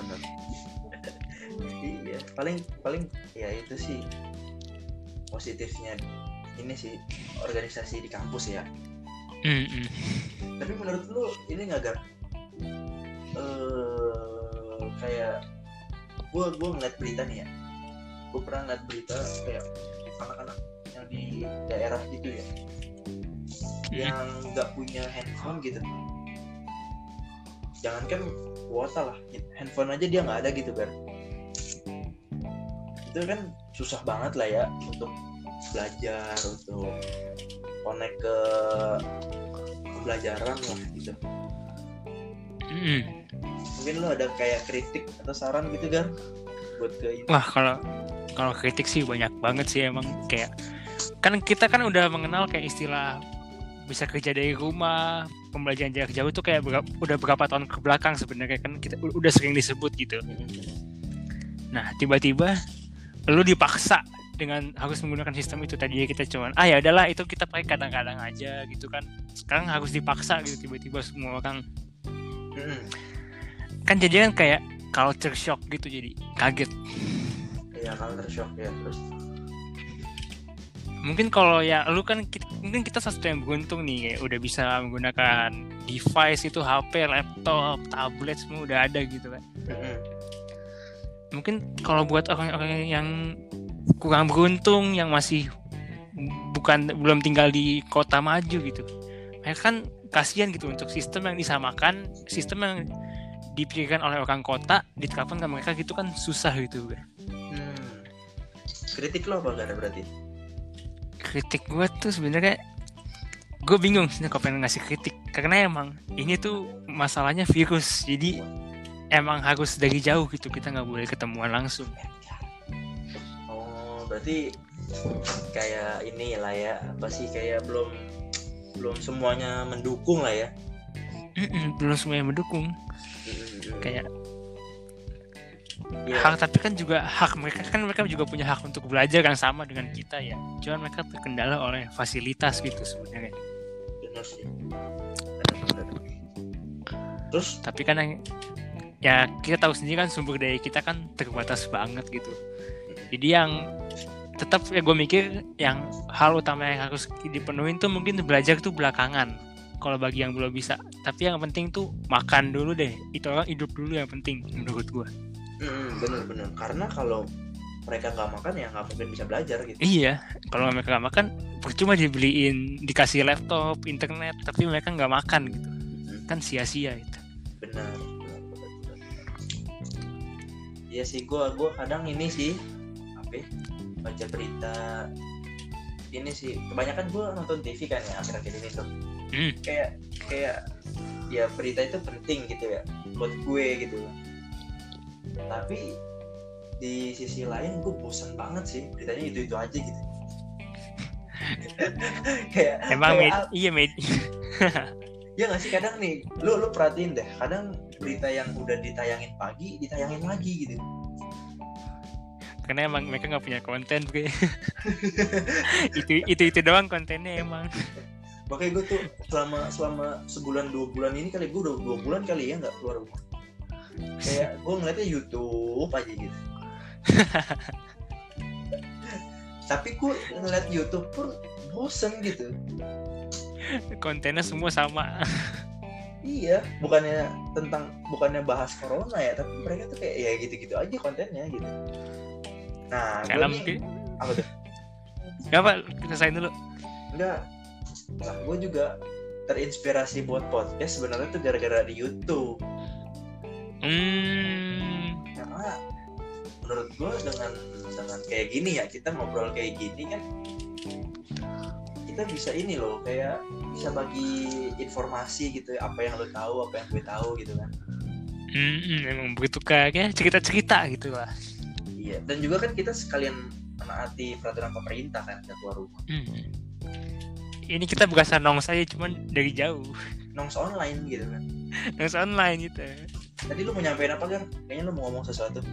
Iya, paling ya itu sih positifnya ini sih, organisasi di kampus ya. Tapi menurut lu ini nggak Gar? Kayak gue ngeliat berita nih ya, gue pernah ngeliat berita kayak anak-anak yang di daerah gitu ya, yang nggak punya handphone gitu. Jangankan kuota lah, handphone aja dia nggak ada gitu kan. Itu kan susah banget lah ya untuk belajar, untuk connect ke pembelajaran lah gitu. Mungkin lo ada kayak kritik atau saran gitu kan buat ke ini? Wah, kalau kritik sih banyak banget sih emang, kayak kan kita kan udah mengenal kayak istilah bisa kerja dari rumah, pembelajaran jarak jauh itu kayak udah berapa tahun ke belakang sebenarnya kan kita udah sering disebut gitu. Nah, tiba-tiba lu dipaksa dengan harus menggunakan sistem itu. Tadinya kita cuman ya udahlah itu kita pakai kadang-kadang aja gitu kan. Sekarang harus dipaksa gitu tiba-tiba semua orang. Kan jadi kan kayak culture shock gitu, jadi kaget. Iya, culture shock ya. Terus mungkin kalau ya lu kan mungkin kita satu yang beruntung nih, kayak udah bisa menggunakan device itu, HP, laptop, tablet semua udah ada gitu kan. mungkin kalau buat orang-orang yang kurang beruntung, yang masih belum tinggal di kota maju gitu, mereka kan kasihan gitu untuk sistem yang disamakan, sistem yang dipikirkan oleh orang kota diterapkan ke mereka gitu kan susah gitu. Kritik lo apa gak ada berarti? Kritik gue tuh sebenarnya gue bingung sih kalau pengen ngasih kritik, karena emang ini tuh masalahnya virus, jadi emang harus dari jauh gitu, kita nggak boleh ketemuan langsung. Oh, berarti kayak ini lah ya, apa sih, kayak belum semuanya mendukung lah ya. Belum semuanya mendukung. Kayak yeah. Hak, tapi kan juga hak mereka juga punya hak untuk belajar yang sama dengan kita ya. Cuman mereka terkendala oleh fasilitas gitu sebenarnya. Benar sih. Benar. Terus tapi kan ya kita tahu sendiri kan sumber daya kita kan terbatas banget gitu. Jadi yang tetap ya gue mikir yang hal utama yang harus dipenuhin tuh mungkin belajar tuh belakangan kalau bagi yang belum bisa. Tapi yang penting tuh makan dulu deh. Itu orang hidup dulu yang penting menurut gue. Bener. Karena kalau mereka nggak makan ya nggak mungkin bisa belajar gitu. Iya, kalau mereka nggak makan percuma dikasih laptop, internet, tapi mereka nggak makan gitu. Kan sia-sia itu. Benar. Iya sih, gue kadang ini sih baca berita ini sih, kebanyakan gue nonton TV kan ya akhir-akhir ini tuh. Kayak ya berita itu penting gitu ya buat gue gitu. Tapi di sisi lain gue bosan banget sih beritanya itu aja gitu. Iya media. Ya nggak sih, kadang nih lu perhatiin deh, kadang berita yang udah ditayangin pagi ditayangin lagi gitu. Karena emang mereka nggak punya konten gue. itu doang kontennya emang. Makanya gue tuh selama sebulan 2 bulan ini kali, gue udah 2 bulan kali ya nggak keluar rumah. Kayak gue ngeliatnya YouTube aja gitu. Tapi gue ngeliat YouTube pun bosen gitu. Kontennya semua sama. Iya, bukannya bahas corona ya, tapi mereka tuh kayak ya gitu-gitu aja kontennya gitu. Nah, karena mungkin apa tuh? Gak apa, selesai dulu. Enggak. Nah, gue juga terinspirasi buat podcast sebenarnya tuh gara-gara di YouTube. Karena menurut gue dengan kayak gini ya, kita ngobrol kayak gini kan, kita bisa ini loh, kayak bisa bagi informasi gitu, apa yang lo tahu, apa yang gue tahu gitu kan. Emang begitu kayak cerita-cerita gitu lah. Iya, dan juga kan kita sekalian menaati peraturan pemerintah kan, gak keluar rumah. Ini kita bukan nongs aja, cuman dari jauh. Nongs online gitu kan. Nongs online gitu. Tadi lu mau nyampein apa, Gar? Kayaknya lu mau ngomong sesuatu.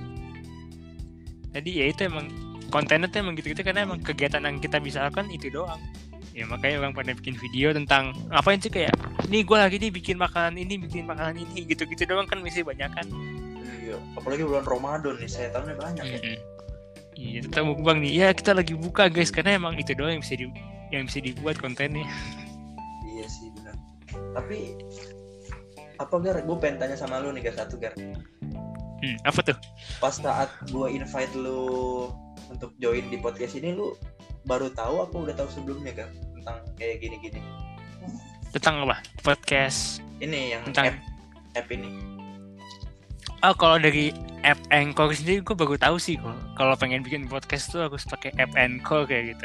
Tadi ya itu emang kontennya tuh emang gitu-gitu, karena emang kegiatan yang kita bisa lakukan itu doang. Ya makanya orang pada bikin video tentang ngapain sih, kayak nih gue lagi nih bikin makanan ini gitu-gitu doang kan, masih banyak kan. Iya, apalagi bulan Ramadan nih, setannya banyak ya. Iya, kita mukbang nih. Ya kita lagi buka guys, karena emang itu doang yang bisa dibuat kontennya. Iya sih benar. Tapi apa, Gar? Gue pengen tanya sama lu nih, Gar, satu, Gar. Apa tuh? Pas saat gue invite lu untuk join di podcast ini, lu baru tahu apa udah tahu sebelumnya, Gar, tentang kayak gini-gini? Tentang apa? Podcast ini yang tentang app ini. Oh, kalau dari app Anchor sendiri gue baru tahu sih, kalau pengen bikin podcast tuh harus pakai app Anchor kayak gitu.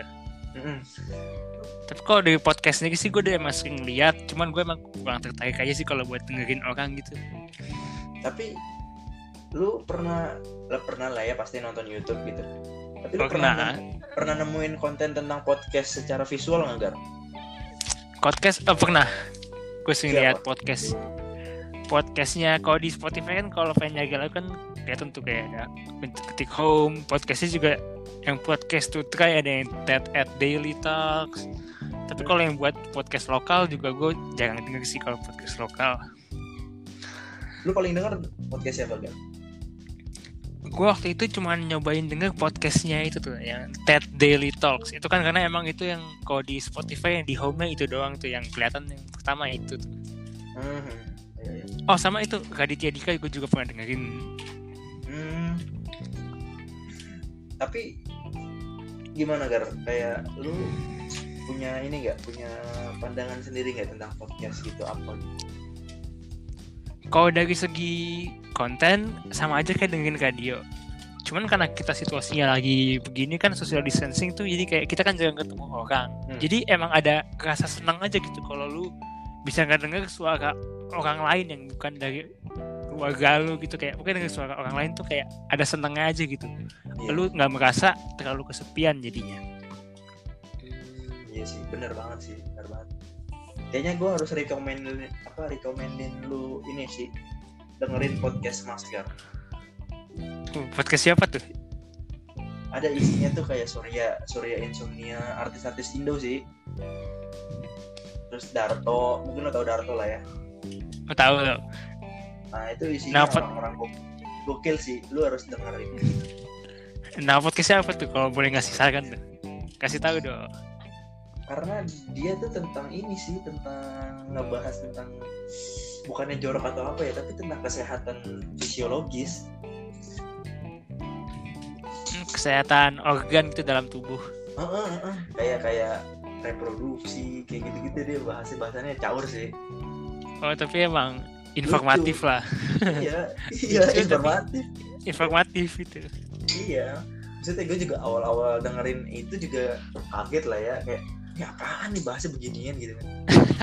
Tapi kalau dari podcast sendiri sih gue udah emang sering lihat, cuman gue emang kurang tertarik aja sih kalau buat dengerin orang gitu. Tapi lu pernah lah ya pasti nonton YouTube gitu. Tapi lu pernah nemuin konten tentang podcast secara visual nggak, Gar? Podcast pernah. Gue sering lihat podcastnya. Kalau di Spotify kan, kalau pengen jaga kan kelihatan tuh kayak ada ketik home. Podcastnya juga yang podcast tuh kayak ada yang TED at Daily Talks. Tapi kalau yang buat podcast lokal juga gue jarang denger sih kalau podcast lokal. Lu paling denger podcast siapa, Gar? Gue waktu itu cuma nyobain denger podcastnya itu tuh yang TED Daily Talks. Itu kan karena emang itu yang kalau di Spotify yang di home-nya itu doang tuh yang kelihatan, yang pertama itu tuh. Oh sama itu Raditya Dika gue juga pernah dengerin. Tapi gimana Gar? Kayak lu punya ini nggak? Punya pandangan sendiri nggak tentang podcast gitu apa? Kalau dari segi konten sama aja kayak dengerin radio. Cuman karena kita situasinya lagi begini kan social distancing tuh, jadi kayak kita kan jarang ketemu orang. Jadi emang ada rasa senang aja gitu kalau lu bisa ngedenger suara orang lain yang bukan dari keluarga lu gitu, kayak mungkin denger suara orang lain tuh kayak ada senangnya aja gitu. Lu nggak merasa terlalu kesepian jadinya. Iya sih, benar banget. Kayaknya gue harus rekomendin lu ini sih, dengerin podcast Mas Gar. Podcast siapa tuh? Ada isinya tuh kayak Surya Insomnia, artis-artis Indo sih. Terus Darto, mungkin lo tau Darto lah ya. Oh, tahu. Nah itu isinya orang-orang gokil sih, lu harus dengerin. Nah podcast siapa tuh kalau boleh ngasih saran tuh? Kasih tahu dong. Karena dia tuh tentang ini sih, tentang ngebahas tentang bukannya jorok atau apa ya, tapi tentang kesehatan fisiologis. Kesehatan organ gitu dalam tubuh. Kayak reproduksi kayak gitu-gitu, dia bahasannya caur sih. Oh tapi emang informatif lah. Iya informatif itu. Iya, maksudnya gue juga awal-awal dengerin itu juga kaget lah ya, kayak ya apaan nih bahasnya beginian gitu kan.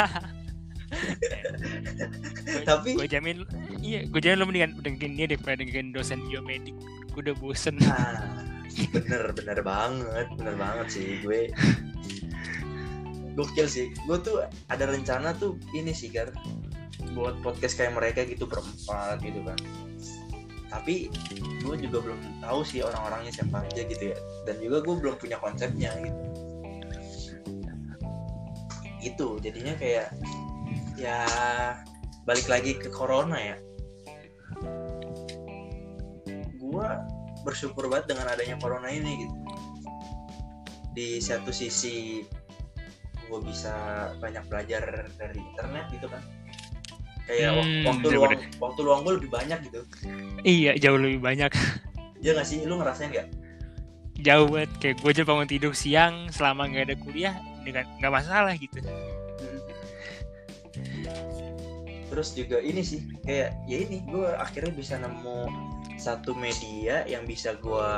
Tapi gue jamin lo mendingan dengerin dia daripada dengerin dosen biomedik. Gue udah bosen. Bener banget sih gue. Gokil sih. Gue tuh ada rencana tuh ini sih Gar, buat podcast kayak mereka gitu berempat gitu kan. Tapi gue juga belum tahu sih orang-orangnya siapa aja gitu ya. Dan juga gue belum punya konsepnya gitu. Itu jadinya kayak ya balik lagi ke corona ya. Gue bersyukur banget dengan adanya corona ini gitu. Di satu sisi gue bisa banyak belajar dari internet gitu kan. Kayak waktu luang gue lebih banyak gitu. Iya jauh lebih banyak. Iya nggak sih, lu ngerasain nggak? Jauh banget, kayak gue aja bangun tidur siang selama nggak ada kuliah nggak masalah gitu. Terus juga ini sih kayak ya ini gue akhirnya bisa nemu satu media yang bisa gue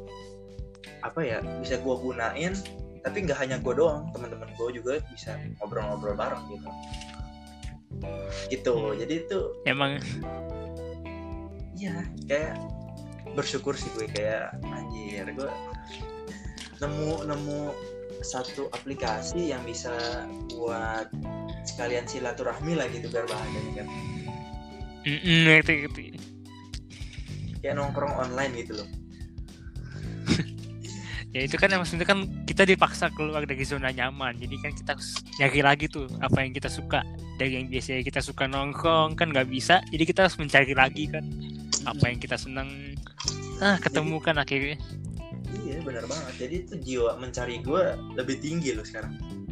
gunain, tapi nggak hanya gue doang, teman-teman gue juga bisa ngobrol-ngobrol bareng gitu. Jadi itu emang ya kayak bersyukur sih gue, kayak anjir gue nemu satu aplikasi yang bisa buat sekalian silaturahmi lah gitu biar bahasanya kan. Ngerti. Kayak nongkrong online gitu loh. Ya itu kan maksudnya kan kita dipaksa keluar dari zona nyaman, jadi kan kita harus nyari lagi tuh apa yang kita suka. Dari yang biasanya kita suka nongkrong kan nggak bisa, jadi kita harus mencari lagi kan apa yang kita senang. Ketemu kan akhirnya. Iya benar banget, jadi itu jiwa mencari gue lebih tinggi loh sekarang.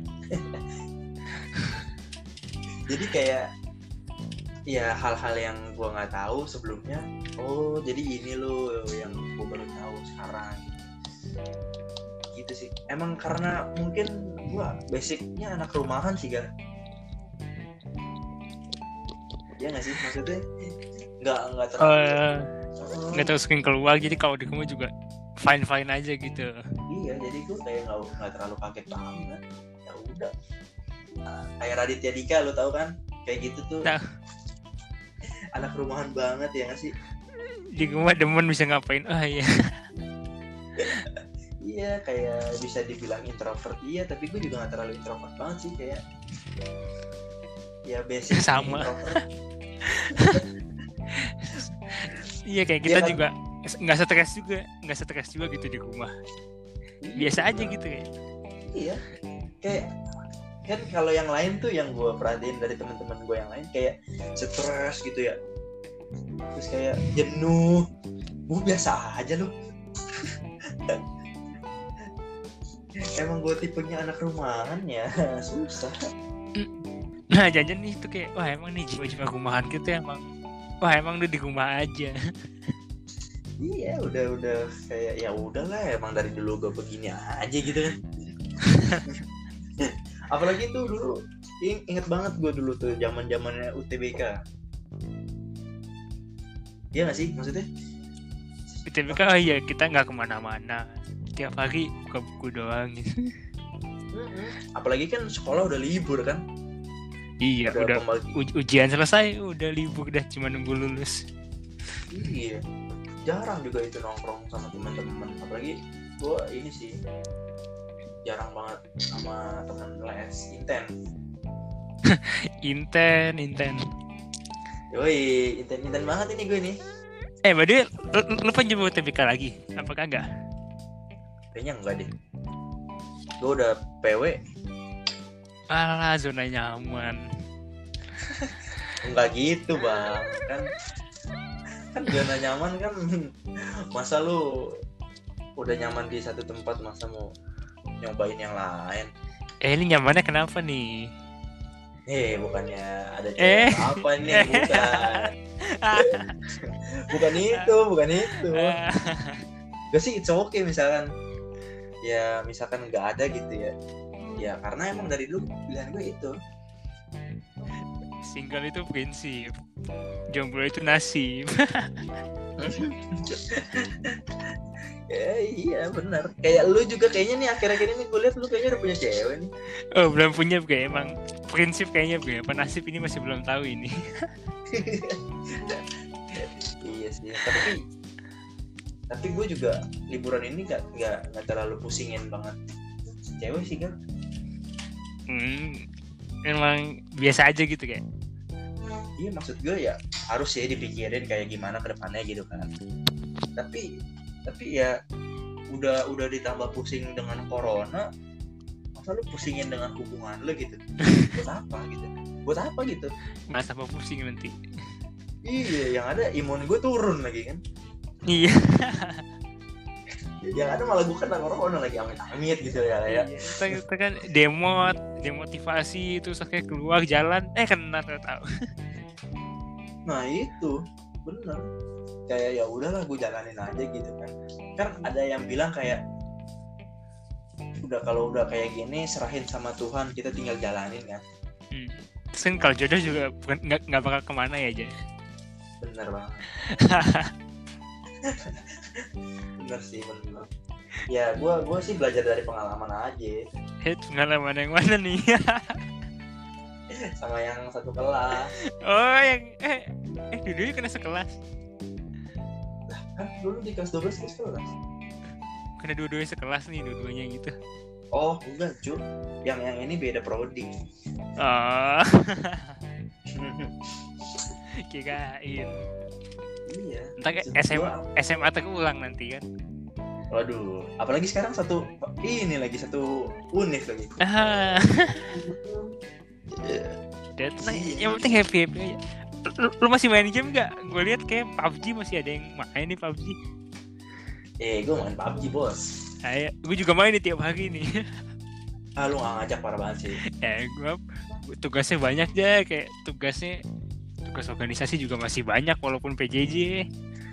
Jadi kayak ya hal-hal yang gue nggak tahu sebelumnya, oh jadi ini loh yang gue baru tahu sekarang gitu sih. Emang karena mungkin gue basicnya anak rumahan sih Gar, ya nggak sih, maksudnya nggak terlalu sering keluar, jadi kalau di rumah juga fine aja gitu. Iya, jadi gue kayak nggak terlalu kaget banget. Ya udah, kayak Raditya Dika lo tau kan, kayak gitu tuh. Nah. Anak rumahan banget ya nggak sih? Di rumah demen bisa ngapain? Iya. Iya, kayak bisa dibilang introvert iya, tapi gue juga nggak terlalu introvert banget sih, kayak ya basic sama. Iya kayak kita ya, juga nggak stres juga gitu di rumah. Biasa aja gitu ya. Iya, kayak kan kalau yang lain tuh yang gue perhatiin dari teman-teman gue yang lain kayak stres gitu ya, terus kayak jenuh. Gue biasa aja loh. Emang gue tipenya anak rumahan ya, susah. Nah jajan nih tuh kayak wah emang nih jiwa-jiwa rumahan gitu emang. Wah emang lu di rumah aja. Iya, udah kayak ya udahlah, emang dari dulu gue begini aja gitu kan. Apalagi tuh dulu inget banget gue dulu tuh zaman-zamannya UTBK. Iya nggak sih maksudnya? UTBK, oh iya, kita nggak kemana-mana, tiap hari buka buku doang gitu. Apalagi kan sekolah udah libur kan. Iya, udah ujian selesai, udah libur, dah cuma nunggu lulus. Iya, jarang juga itu nongkrong sama teman-teman. Apalagi gue ini sih jarang banget sama teman les Inten. Yoi, inten banget ini gue nih. Berarti lu pengen UTBK lagi? Apakah enggak? Kayaknya enggak deh. Gue udah PW. Alah, zona nyaman. Enggak gitu bang, kan zona nyaman kan. Masa lu udah nyaman di satu tempat, masa mau nyobain yang lain? Ini nyamannya kenapa nih? Bukannya ada cewek apa nih? Bukan itu. Gak sih, it's okay misalkan nggak ada gitu ya. Ya karena emang dari dulu pilihan gue itu. Single itu prinsip, jomblo itu nasib. Iya benar. Kayak lu juga kayaknya nih akhir-akhir ini gue lihat lu kayaknya udah punya cewek nih. Oh, belum punya, kayak emang prinsip kayaknya, apa nasib ini masih belum tahu ini. Iya sih, tapi gue juga liburan ini nggak terlalu pusingin banget cewek sih kan. Emang biasa aja gitu kayak. Iya, maksud gue ya harus ya dipikirin kayak gimana ke depannya gitu kan. Tapi ya udah ditambah pusing dengan corona, masa lu pusingin dengan hubungan lu gitu? Buat apa gitu? Nggak tambah pusing nanti. Iya, yang ada imun gue turun lagi kan. Iya. Yang ada malah gue kena corona lagi, amit-amit gitu ya. Kita kan demotivasi terus kayak keluar jalan kena tahu. Nah itu bener, kayak ya udahlah gue jalanin aja gitu kan. Kan ada yang bilang kayak kalau udah kayak gini serahin sama Tuhan, kita tinggal jalanin kan. Terus kan kalau jodoh juga nggak bakal kemana ya aja. Bener banget. Bener sih, bener. Ya gue sih belajar dari pengalaman aja. Pengalaman yang mana nih? Sama yang satu kelas. Oh, yang dulu kena sekelas. Kan dulu di kelas 12 kelas. Kena dua-duanya sekelas nih, dua-duanya gitu. Oh enggak cu, yang ini beda prodi. Oh. Kirain. Iya. Entah kayak SMA terulang nanti kan. Waduh, apalagi sekarang satu univ lagi. Yang penting happy aja. Lu masih main game nggak? Gue lihat kayak PUBG masih ada yang main nih PUBG. Gue main PUBG bos. Gue juga main nih tiap hari nih. Lu nggak ngajak, parah banget sih. Gue tugasnya banyak aja, kayak tugas organisasi juga masih banyak walaupun PJJ.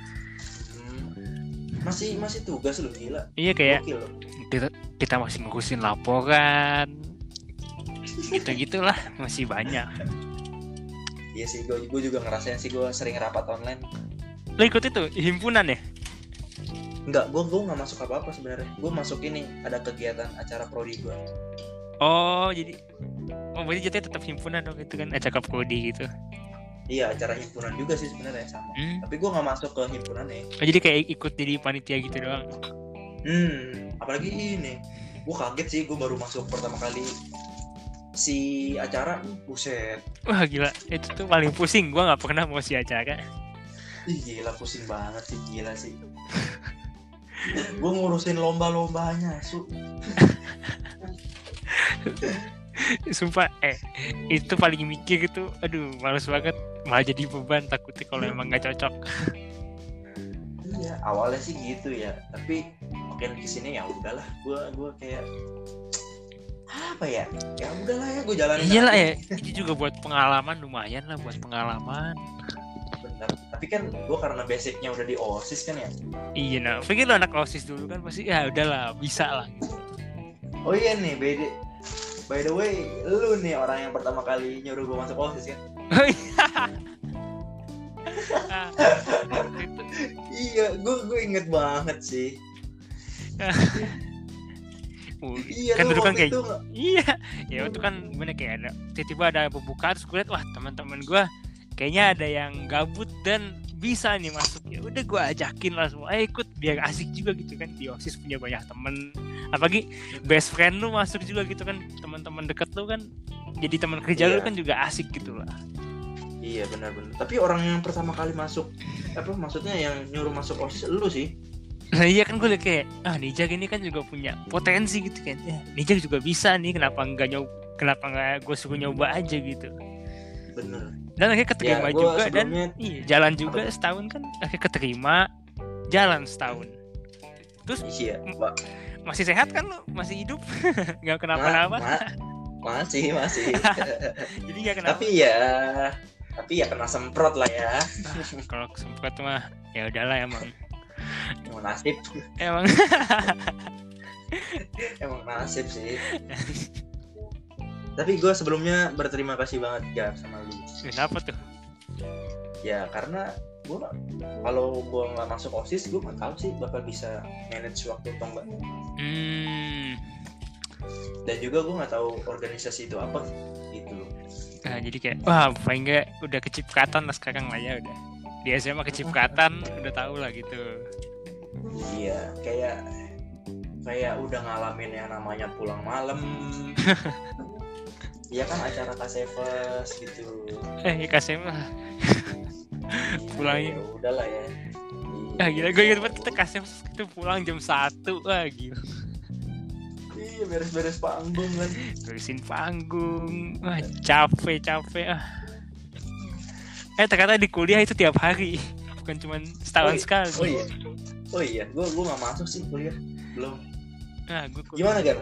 Masih tugas lu, gila. Iya, kayak kita masih ngurusin laporan. Gitu-gitulah, masih banyak. Iya sih, gue juga ngerasain sih, gue sering rapat online. Lo ikut itu himpunan ya? Enggak, gue nggak masuk apa-apa sebenarnya. Gue masuk ini, ada kegiatan acara prodi gue. Berarti jatuhnya tetap himpunan dong, itu kan acara prodi gitu. Iya, acara himpunan juga sih sebenarnya sama. Tapi gue nggak masuk ke himpunan ya. Jadi kayak ikut jadi panitia gitu doang. Apalagi ini, gue kaget sih, gue baru masuk pertama kali si acara, buset. Wah gila, itu tuh paling pusing. Gue nggak pernah mau si acara. Ih gila, pusing banget sih, gila sih. Gue ngurusin lomba-lombanya, Sumpah, itu paling mikir gitu. Aduh, males banget. Malah jadi beban, takutnya kalau emang nggak cocok. Iya, awalnya sih gitu ya. Tapi makin kesini ya udahlah. Gue kayak apa ya? Ya udahlah ya, gue jalanin. Iyalah ya, itu juga buat pengalaman, lumayan lah buat pengalaman. Tapi kan gue karena basicnya udah di OSIS kan ya. Iya, nah, pikir lo anak OSIS dulu kan pasti ya udahlah bisa lah gitu. Oh iya nih, by the way, lu nih orang yang pertama kali nyuruh gue masuk OSIS kan? Oh iya. Iya, gue inget banget sih. Iya, kan dulu kan kayak itu iya, ya itu kan bener kayak ada tiba-tiba ada pembukaan terus gue liat wah teman-teman gue kayaknya ada yang gabut dan bisa nih masuk, ya udah gue ajakin lah semua ikut biar asik juga gitu kan, di OSIS punya banyak temen, apalagi best friend lu masuk juga gitu kan, teman-teman deket lu kan jadi teman kerja lu kan juga asik gitu lah. Iya benar-benar. Tapi orang yang pertama kali masuk maksudnya yang nyuruh masuk OSIS lu sih. Nah iya kan gue liat kayak Nijak ini kan juga punya potensi gitu kan ya, Nijak juga bisa nih, kenapa nggak gue suruh nyoba aja gitu. Bener. Dan akhirnya keterima ya, juga dan jalan juga setahun kan, akhirnya keterima jalan setahun. Terus masih sehat kan lo, masih hidup nggak kenapa-napa. Masih jadi nggak kenapa. Tapi ya kena semprot lah ya. Kalau semprot mah ya udahlah emang nasib. Emang nasib sih. Tapi gue sebelumnya berterima kasih banget Gar sama lu. Kenapa tuh? Ya karena gue kalau gue nggak masuk OSIS, gue nggak tahu sih bakal bisa manage waktu atau enggak. Dan juga gue nggak tahu organisasi itu apa gitu loh. Nah jadi kayak paling nggak udah kecipkatan lah sekarang lah ya, udah di SMA kecipkatan udah tahu lah gitu. Iya, kayak udah ngalamin yang namanya pulang malam. Iya kan acara Kasevas gitu. Kasevas. Pulangnya. Ya udahlah ya. Gila gue ingat banget kita Kasevas itu pulang jam 1. Wah gila. Iya beres-beres panggung kan. Beresin panggung. Wah capek. Ternyata di kuliah itu tiap hari, bukan cuma setahun sekali. Oh iya, gue nggak masuk sih kuliah, belum. Nah, gue gimana Gar?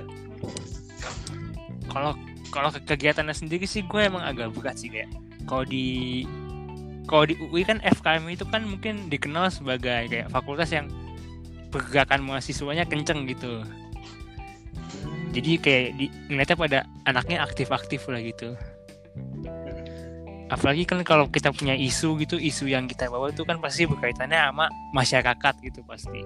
Kalau kegiatannya sendiri sih gue emang agak berat sih kayak. Kalau di UI kan FKM itu kan mungkin dikenal sebagai kayak fakultas yang pergerakan mahasiswanya kenceng gitu. Jadi kayak ngeliatnya pada anaknya aktif-aktif lah gitu. Apalagi kan kalau kita punya isu gitu, isu yang kita bawa itu kan pasti berkaitannya sama masyarakat gitu pasti.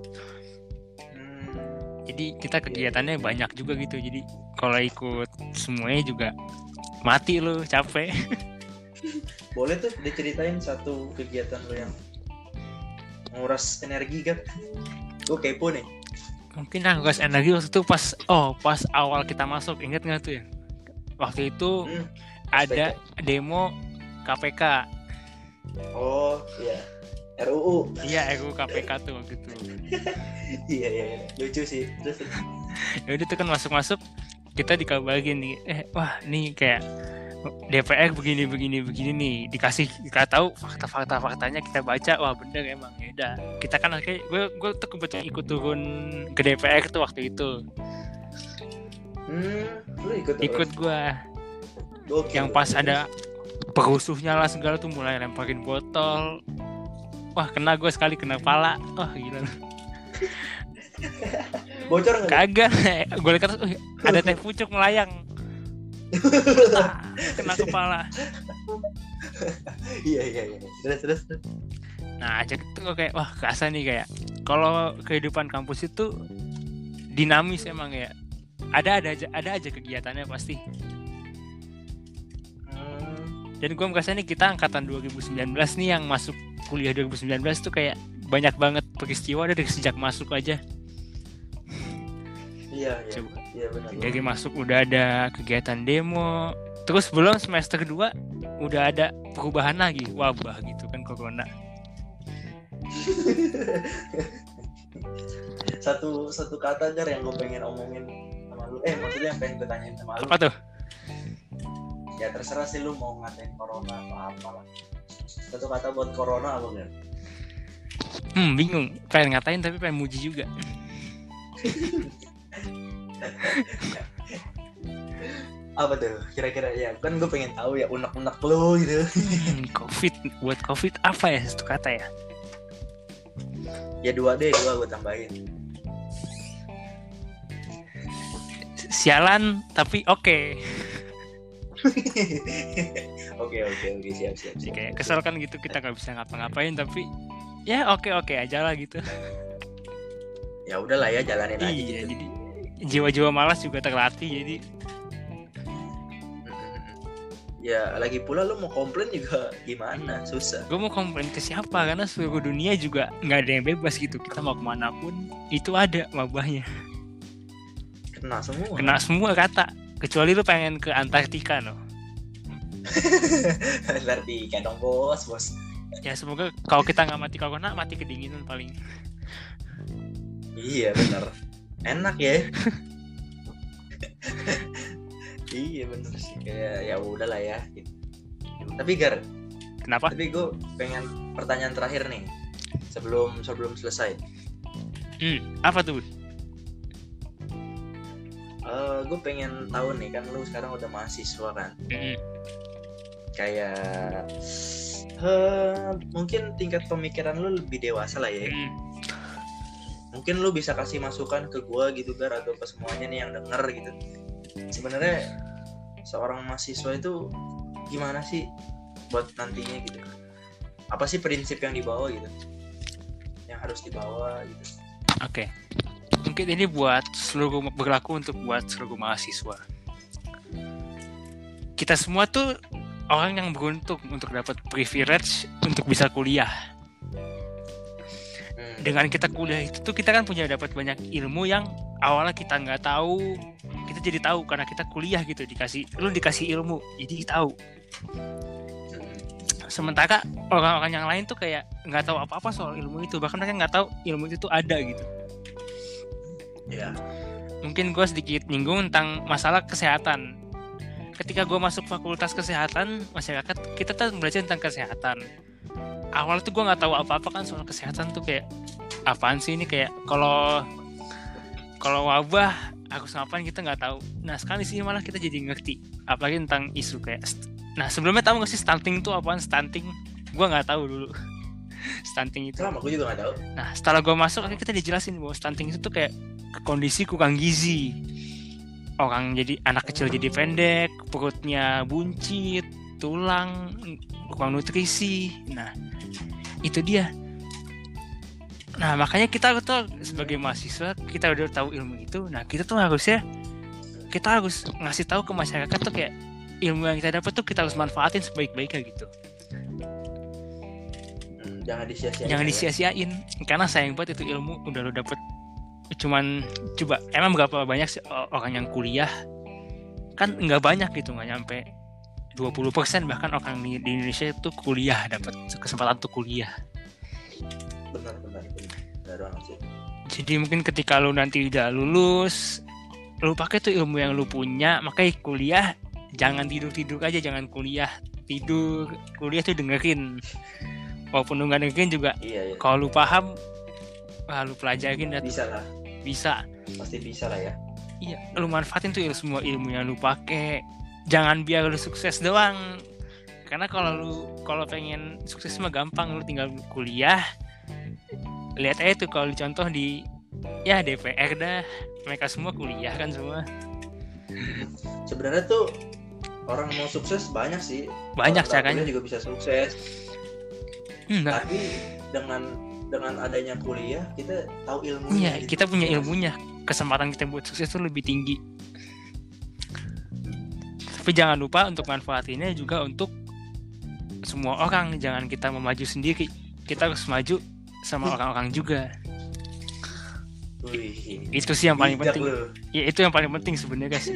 Jadi kita kegiatannya banyak juga gitu. Jadi kalau ikut semuanya juga mati lo, capek. Boleh tuh diceritain satu kegiatan lo yang nguras energi kan? Gue kepo nih. Mungkin nguras energi waktu itu pas awal kita masuk, ingat nggak tuh ya? Waktu itu ada demo KPK. Oh iya, RUU. Iya RUU KPK tuh waktu itu. Iya lucu sih. Terus ya udah tuh kan masuk kita dikabarin nih, wah nih kayak DPR begini nih, dikasih tahu faktanya, kita baca, wah bener emang. Ya udah kita kan akhirnya gue tuh kebetulan ikut turun ke DPR tuh waktu itu. Lu ikut gue. Yang pas ada perusuhnya lah segala tuh mulai lemparin botol. Wah kena gue sekali, kena pala. Wah gila. Bocor nggak? Kagak. Gue lihat ada teh pucuk melayang. Kena kepala. Iya. Terus. Nah aja gitu gue kayak wah kerasa nih kayak kalau kehidupan kampus itu dinamis emang ya. Ada aja kegiatannya pasti. Dan gue merasa nih kita angkatan 2019 nih yang masuk kuliah 2019 tuh kayak banyak banget peristiwa dari sejak masuk aja. Iya benar. Dari masuk udah ada kegiatan demo, terus belum semester 2 udah ada perubahan lagi, wabah gitu kan, corona. Satu kata Gar yang gue pengen omongin sama lu, maksudnya yang pengen gue tanyain sama lu. Apa tuh? Ya terserah sih lu mau ngatain corona atau apalah. Satu kata buat corona apa Gar? Bingung, pengen ngatain tapi pengen muji juga. Apa tuh kira-kira ya? Kan gue pengen tahu ya unek-unek lo gitu. Buat COVID apa ya satu kata ya? Ya 2 gue tambahin. Sialan tapi oke. Oke, siap. Jadi kayak kesel kan gitu, kita nggak bisa ngapa-ngapain tapi ya oke aja lah gitu. Ya udahlah ya, jalanin aja gitu. Jadi jiwa-jiwa malas juga terlatih jadi. Ya lagi pula lu mau komplain juga gimana, susah. Gue mau komplain ke siapa, karena seluruh dunia juga nggak ada yang bebas gitu. Kita mau kemana pun itu ada wabahnya. Kena semua kata. Kecuali lu pengen ke Antartika no. Antartika dong bos. Ya semoga kalau kita nggak mati corona, mati kedinginan paling. Iya bener, enak ya. Iya bener sih, kayak ya udahlah ya gitu. Tapi Gar, kenapa? Tapi gue pengen pertanyaan terakhir nih sebelum selesai. Apa tuh? Gue pengen tahu nih, kan lu sekarang udah mahasiswa kan. Kayak mungkin tingkat pemikiran lu lebih dewasa lah ya. Mungkin lu bisa kasih masukan ke gue gitu Gar, atau ke semuanya nih yang denger gitu. Sebenarnya seorang mahasiswa itu gimana sih buat nantinya gitu? Apa sih prinsip yang dibawa gitu? Yang harus dibawa gitu. Oke. Mungkin ini berlaku untuk seluruh mahasiswa. Kita semua tuh orang yang beruntung untuk dapat privilege untuk bisa kuliah. Dengan kita kuliah itu tuh kita kan dapat banyak ilmu yang awalnya kita nggak tahu, kita jadi tahu karena kita kuliah gitu, dikasih ilmu jadi tahu. Sementara orang-orang yang lain tuh kayak nggak tahu apa-apa soal ilmu itu, bahkan mereka nggak tahu ilmu itu tuh ada gitu. Ya. Mungkin gue sedikit nyinggung tentang masalah kesehatan. Ketika gue masuk fakultas kesehatan masyarakat, kita tuh belajar tentang kesehatan. Awalnya tuh gue nggak tahu apa-apa kan soal kesehatan tuh, kayak apaan sih ini, kayak kalau wabah harus ngapain kita nggak tahu. Nah sekarang di sini malah kita jadi ngerti, apalagi tentang isu kayak. Nah sebelumnya tahu nggak sih stunting tuh apaan? Stunting gue nggak tahu dulu. Stunting itu. Lama gue juga nggak tahu. Nah setelah gue masuk akhirnya kita dijelasin bahwa stunting itu tuh kayak kondisi kurang gizi. Orang jadi anak kecil jadi pendek, perutnya buncit, tulang kurang nutrisi. Nah itu dia. Nah makanya kita tuh sebagai mahasiswa, kita udah tahu ilmu itu. Nah kita harus ngasih tahu ke masyarakat tuh kayak ilmu yang kita dapat tuh kita harus manfaatin sebaik-baiknya gitu. Jangan disia-siain. Karena sayang banget itu ilmu udah lo dapet. Cuman coba emang berapa banyak sih orang yang kuliah? Kan nggak banyak gitu, nggak nyampe 20% bahkan orang di Indonesia itu kuliah, dapat kesempatan untuk kuliah. Benar banget sih. Jadi mungkin ketika lu nanti udah lulus, lu pakai tuh ilmu yang lu punya, makanya kuliah jangan tidur aja, jangan kuliah tuh dengerin. Walaupun lu nggak dengerin juga, iya. Kalau lu paham, lu pelajarin dan bisa. Pasti bisa lah ya. Iya, lu manfaatin tuh semua ilmu yang lu pakai. Jangan biar lu sukses doang. Karena kalau pengen sukses mah gampang, lu tinggal kuliah. Lihat aja tuh kalau contoh di DPR dah, mereka semua kuliah kan semua. Sebenarnya tuh orang mau sukses banyak sih. Banyak caranya juga bisa sukses. Tapi dengan adanya kuliah kita tahu ilmunya. Iya, gitu. Kita punya ilmunya. Kesempatan kita buat sukses tuh lebih tinggi. Tapi jangan lupa untuk manfaatinnya juga untuk semua orang. Jangan kita memaju sendiri. Kita harus maju sama orang-orang juga. Wih, itu sih yang paling penting. Ya itu yang paling penting sebenarnya sih.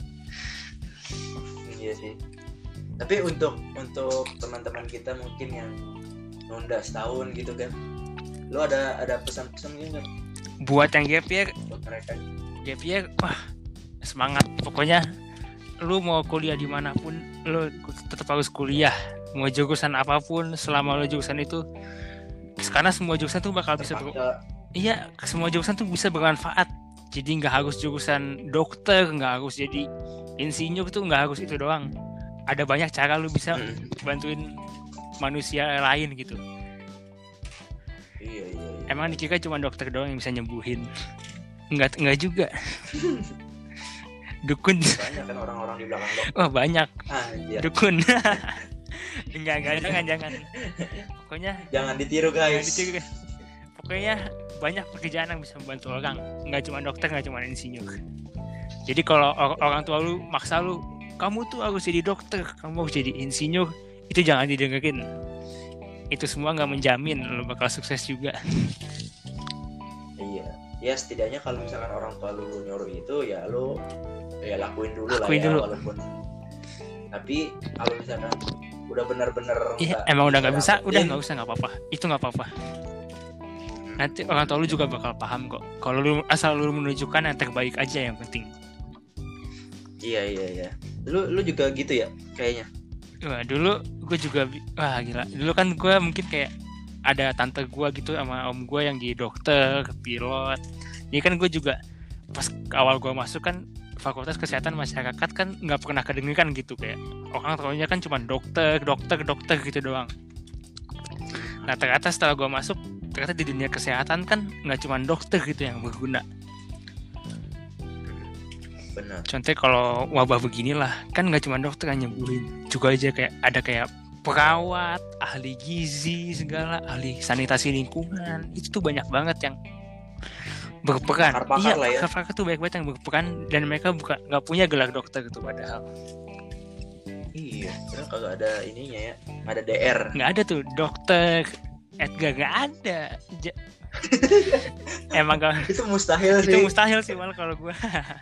Iya sih. Tapi untuk teman-teman kita mungkin yang nunda setahun gitu kan, lu ada pesan-pesan gitu kan? Buat yang gap year, wah semangat. Pokoknya lu mau kuliah dimanapun, lu tetap harus kuliah. Mau jurusan apapun, selama lu jurusan itu, karena semua jurusan tuh bakal bisa semua jurusan tuh bisa bermanfaat. Jadi nggak harus jurusan dokter, nggak harus jadi insinyur tuh, nggak harus itu doang. Ada banyak cara lu bisa bantuin manusia lain gitu. Iya. Emang dikira cuma dokter doang yang bisa nyembuhin? Enggak juga. Dukun. Banyak kan orang-orang di belakang dokter. Oh banyak. Anjir. Dukun. Enggak, jangan. Pokoknya Jangan ditiru guys. Pokoknya banyak pekerjaan yang bisa membantu orang. Enggak cuma dokter, enggak cuma insinyur. Jadi kalau orang tua lu maksa lu, kamu tuh harus jadi dokter, kamu harus jadi insinyur, itu jangan didengerin. Itu semua nggak menjamin lu bakal sukses juga. Iya. Ya setidaknya kalau misalkan orang tua lu nyuruh itu ya lu ya lakuin dulu. Walaupun tapi kalau misalkan udah benar-benar emang udah nggak bisa, udah nggak usah, nggak apa-apa. Itu nggak apa-apa. Nanti orang tua lu juga bakal paham kok. Kalau lu asal lu menunjukkan yang terbaik aja yang penting. Iya. Lu juga gitu ya kayaknya. Wah, dulu gue juga gila. Dulu kan gue mungkin kayak ada tante gue gitu sama om gue yang jadi dokter, pilot. Jadi kan gue juga pas awal gue masuk kan Fakultas Kesehatan Masyarakat kan nggak pernah kedengeran gitu, kayak orang taunya kan cuma dokter gitu doang. Nah ternyata setelah gue masuk, ternyata di dunia kesehatan kan nggak cuma dokter gitu yang berguna. Benar. Contohnya kalau wabah beginilah kan nggak cuma dokter yang nyembuhin, juga aja kayak ada kayak perawat, ahli gizi segala, ahli sanitasi lingkungan, itu tuh banyak banget yang berperan. Pakar lah ya. Pakar tuh banyak banget yang berperan dan mereka nggak punya gelar dokter gitu padahal. Iya, karena kagak ada ininya ya, ada DR. Nggak ada tuh dokter Edgar, nggak ada. Emang gak, itu mustahil sih. Itu mustahil sih malah kalau gue.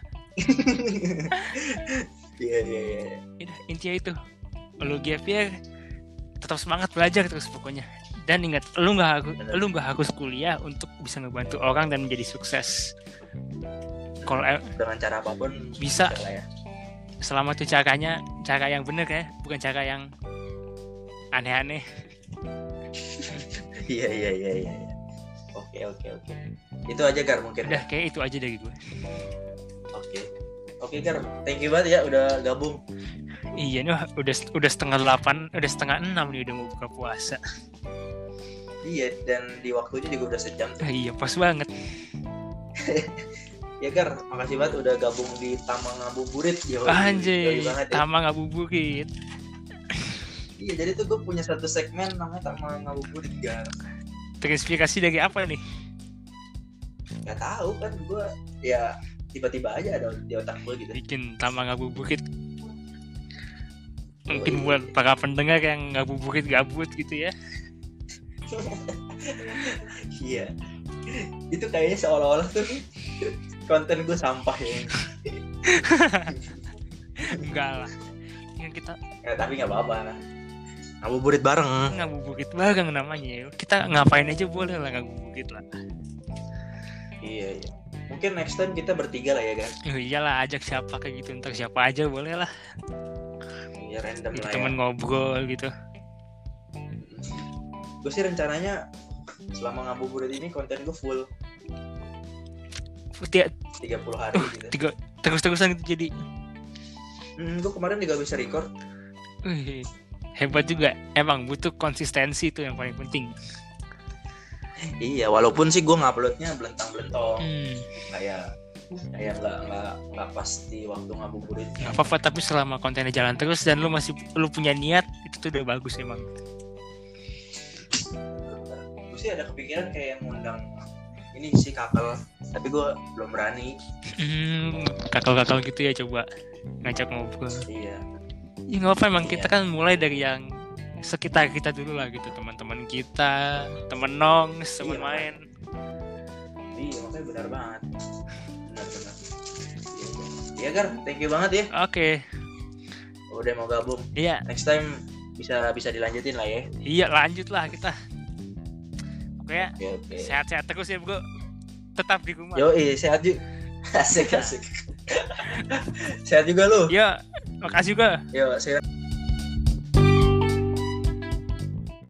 Iya. Intinya itu, lu gap year tetap semangat belajar terus pokoknya. Dan ingat, lu nggak harus kuliah untuk bisa ngebantu orang dan menjadi sukses. Kalau dengan cara apapun bisa lah ya. Selama itu cara yang benar ya, bukan cara yang aneh-aneh. Iya. Oke. Itu aja Gar mungkin. Udah kayak itu aja dari gue. Oke Gar, thank you banget ya udah gabung. Iya nih udah setengah 8, udah setengah 6 nih udah mau buka puasa. Iya, dan di waktunya juga udah sejam tuh. Iya, pas banget. Ya Gar, makasih banget udah gabung di Tamang Ngabuburit. Anjay, Tamang Ngabuburit. Iya, jadi tuh gue punya satu segmen namanya Tamang Ngabuburit, Gar. Terinspirasi dari apa nih? Gak tahu kan, gue ya tiba-tiba aja ada di otak gue gitu. Bikin Tamang Ngabuburit. Mungkin buat para pendengar yang ngabuburit gabut gitu ya. Iya, itu kayaknya seolah-olah tuh konten gue sampah ya. Enggak lah, yang kita tapi nggak apa-apa, ngabuburit bareng namanya. Kita ngapain aja boleh lah ngabuburit lah. Iya. Mungkin next time kita bertiga lah ya kan. Iyalah, ajak siapa kayak gitu, entar siapa aja boleh lah. Iya, random gitu, lah. Temen ngobrol gitu. Gue sih rencananya selama ngabuburit ini konten gue full 30 hari gitu. Terus-terusan gitu jadi. Gue kemarin juga bisa record. Hebat juga. Emang butuh konsistensi itu yang paling penting. Iya, walaupun sih gue nguploadnya belentang-belentong. Kayak nggak pasti waktu ngabuburit. Nggak apa-apa, tapi selama kontennya jalan terus dan lu punya niat, itu tuh udah bagus emang. Gue sih ada kepikiran kayak ngundang ini si Kakal, tapi gue belum berani. Kakal gitu ya, coba ngajak ngobrol. Iya. Ya nggak apa, emang kita kan mulai dari yang sekitar kita dulu lah gitu, teman-teman kita, temen nong, temen main. Iya, makanya benar banget. Benar. Iya Gar, thank you banget ya. Oke. Udah mau gabung. Iya. Next time bisa dilanjutin lah ya. Iya, lanjut lah kita. Oke. Sehat-sehat terus ya bro. Tetap di rumah. Yo, sehat juga. Asik. Sehat juga lu. Yo, makasih juga. Yo, sehat.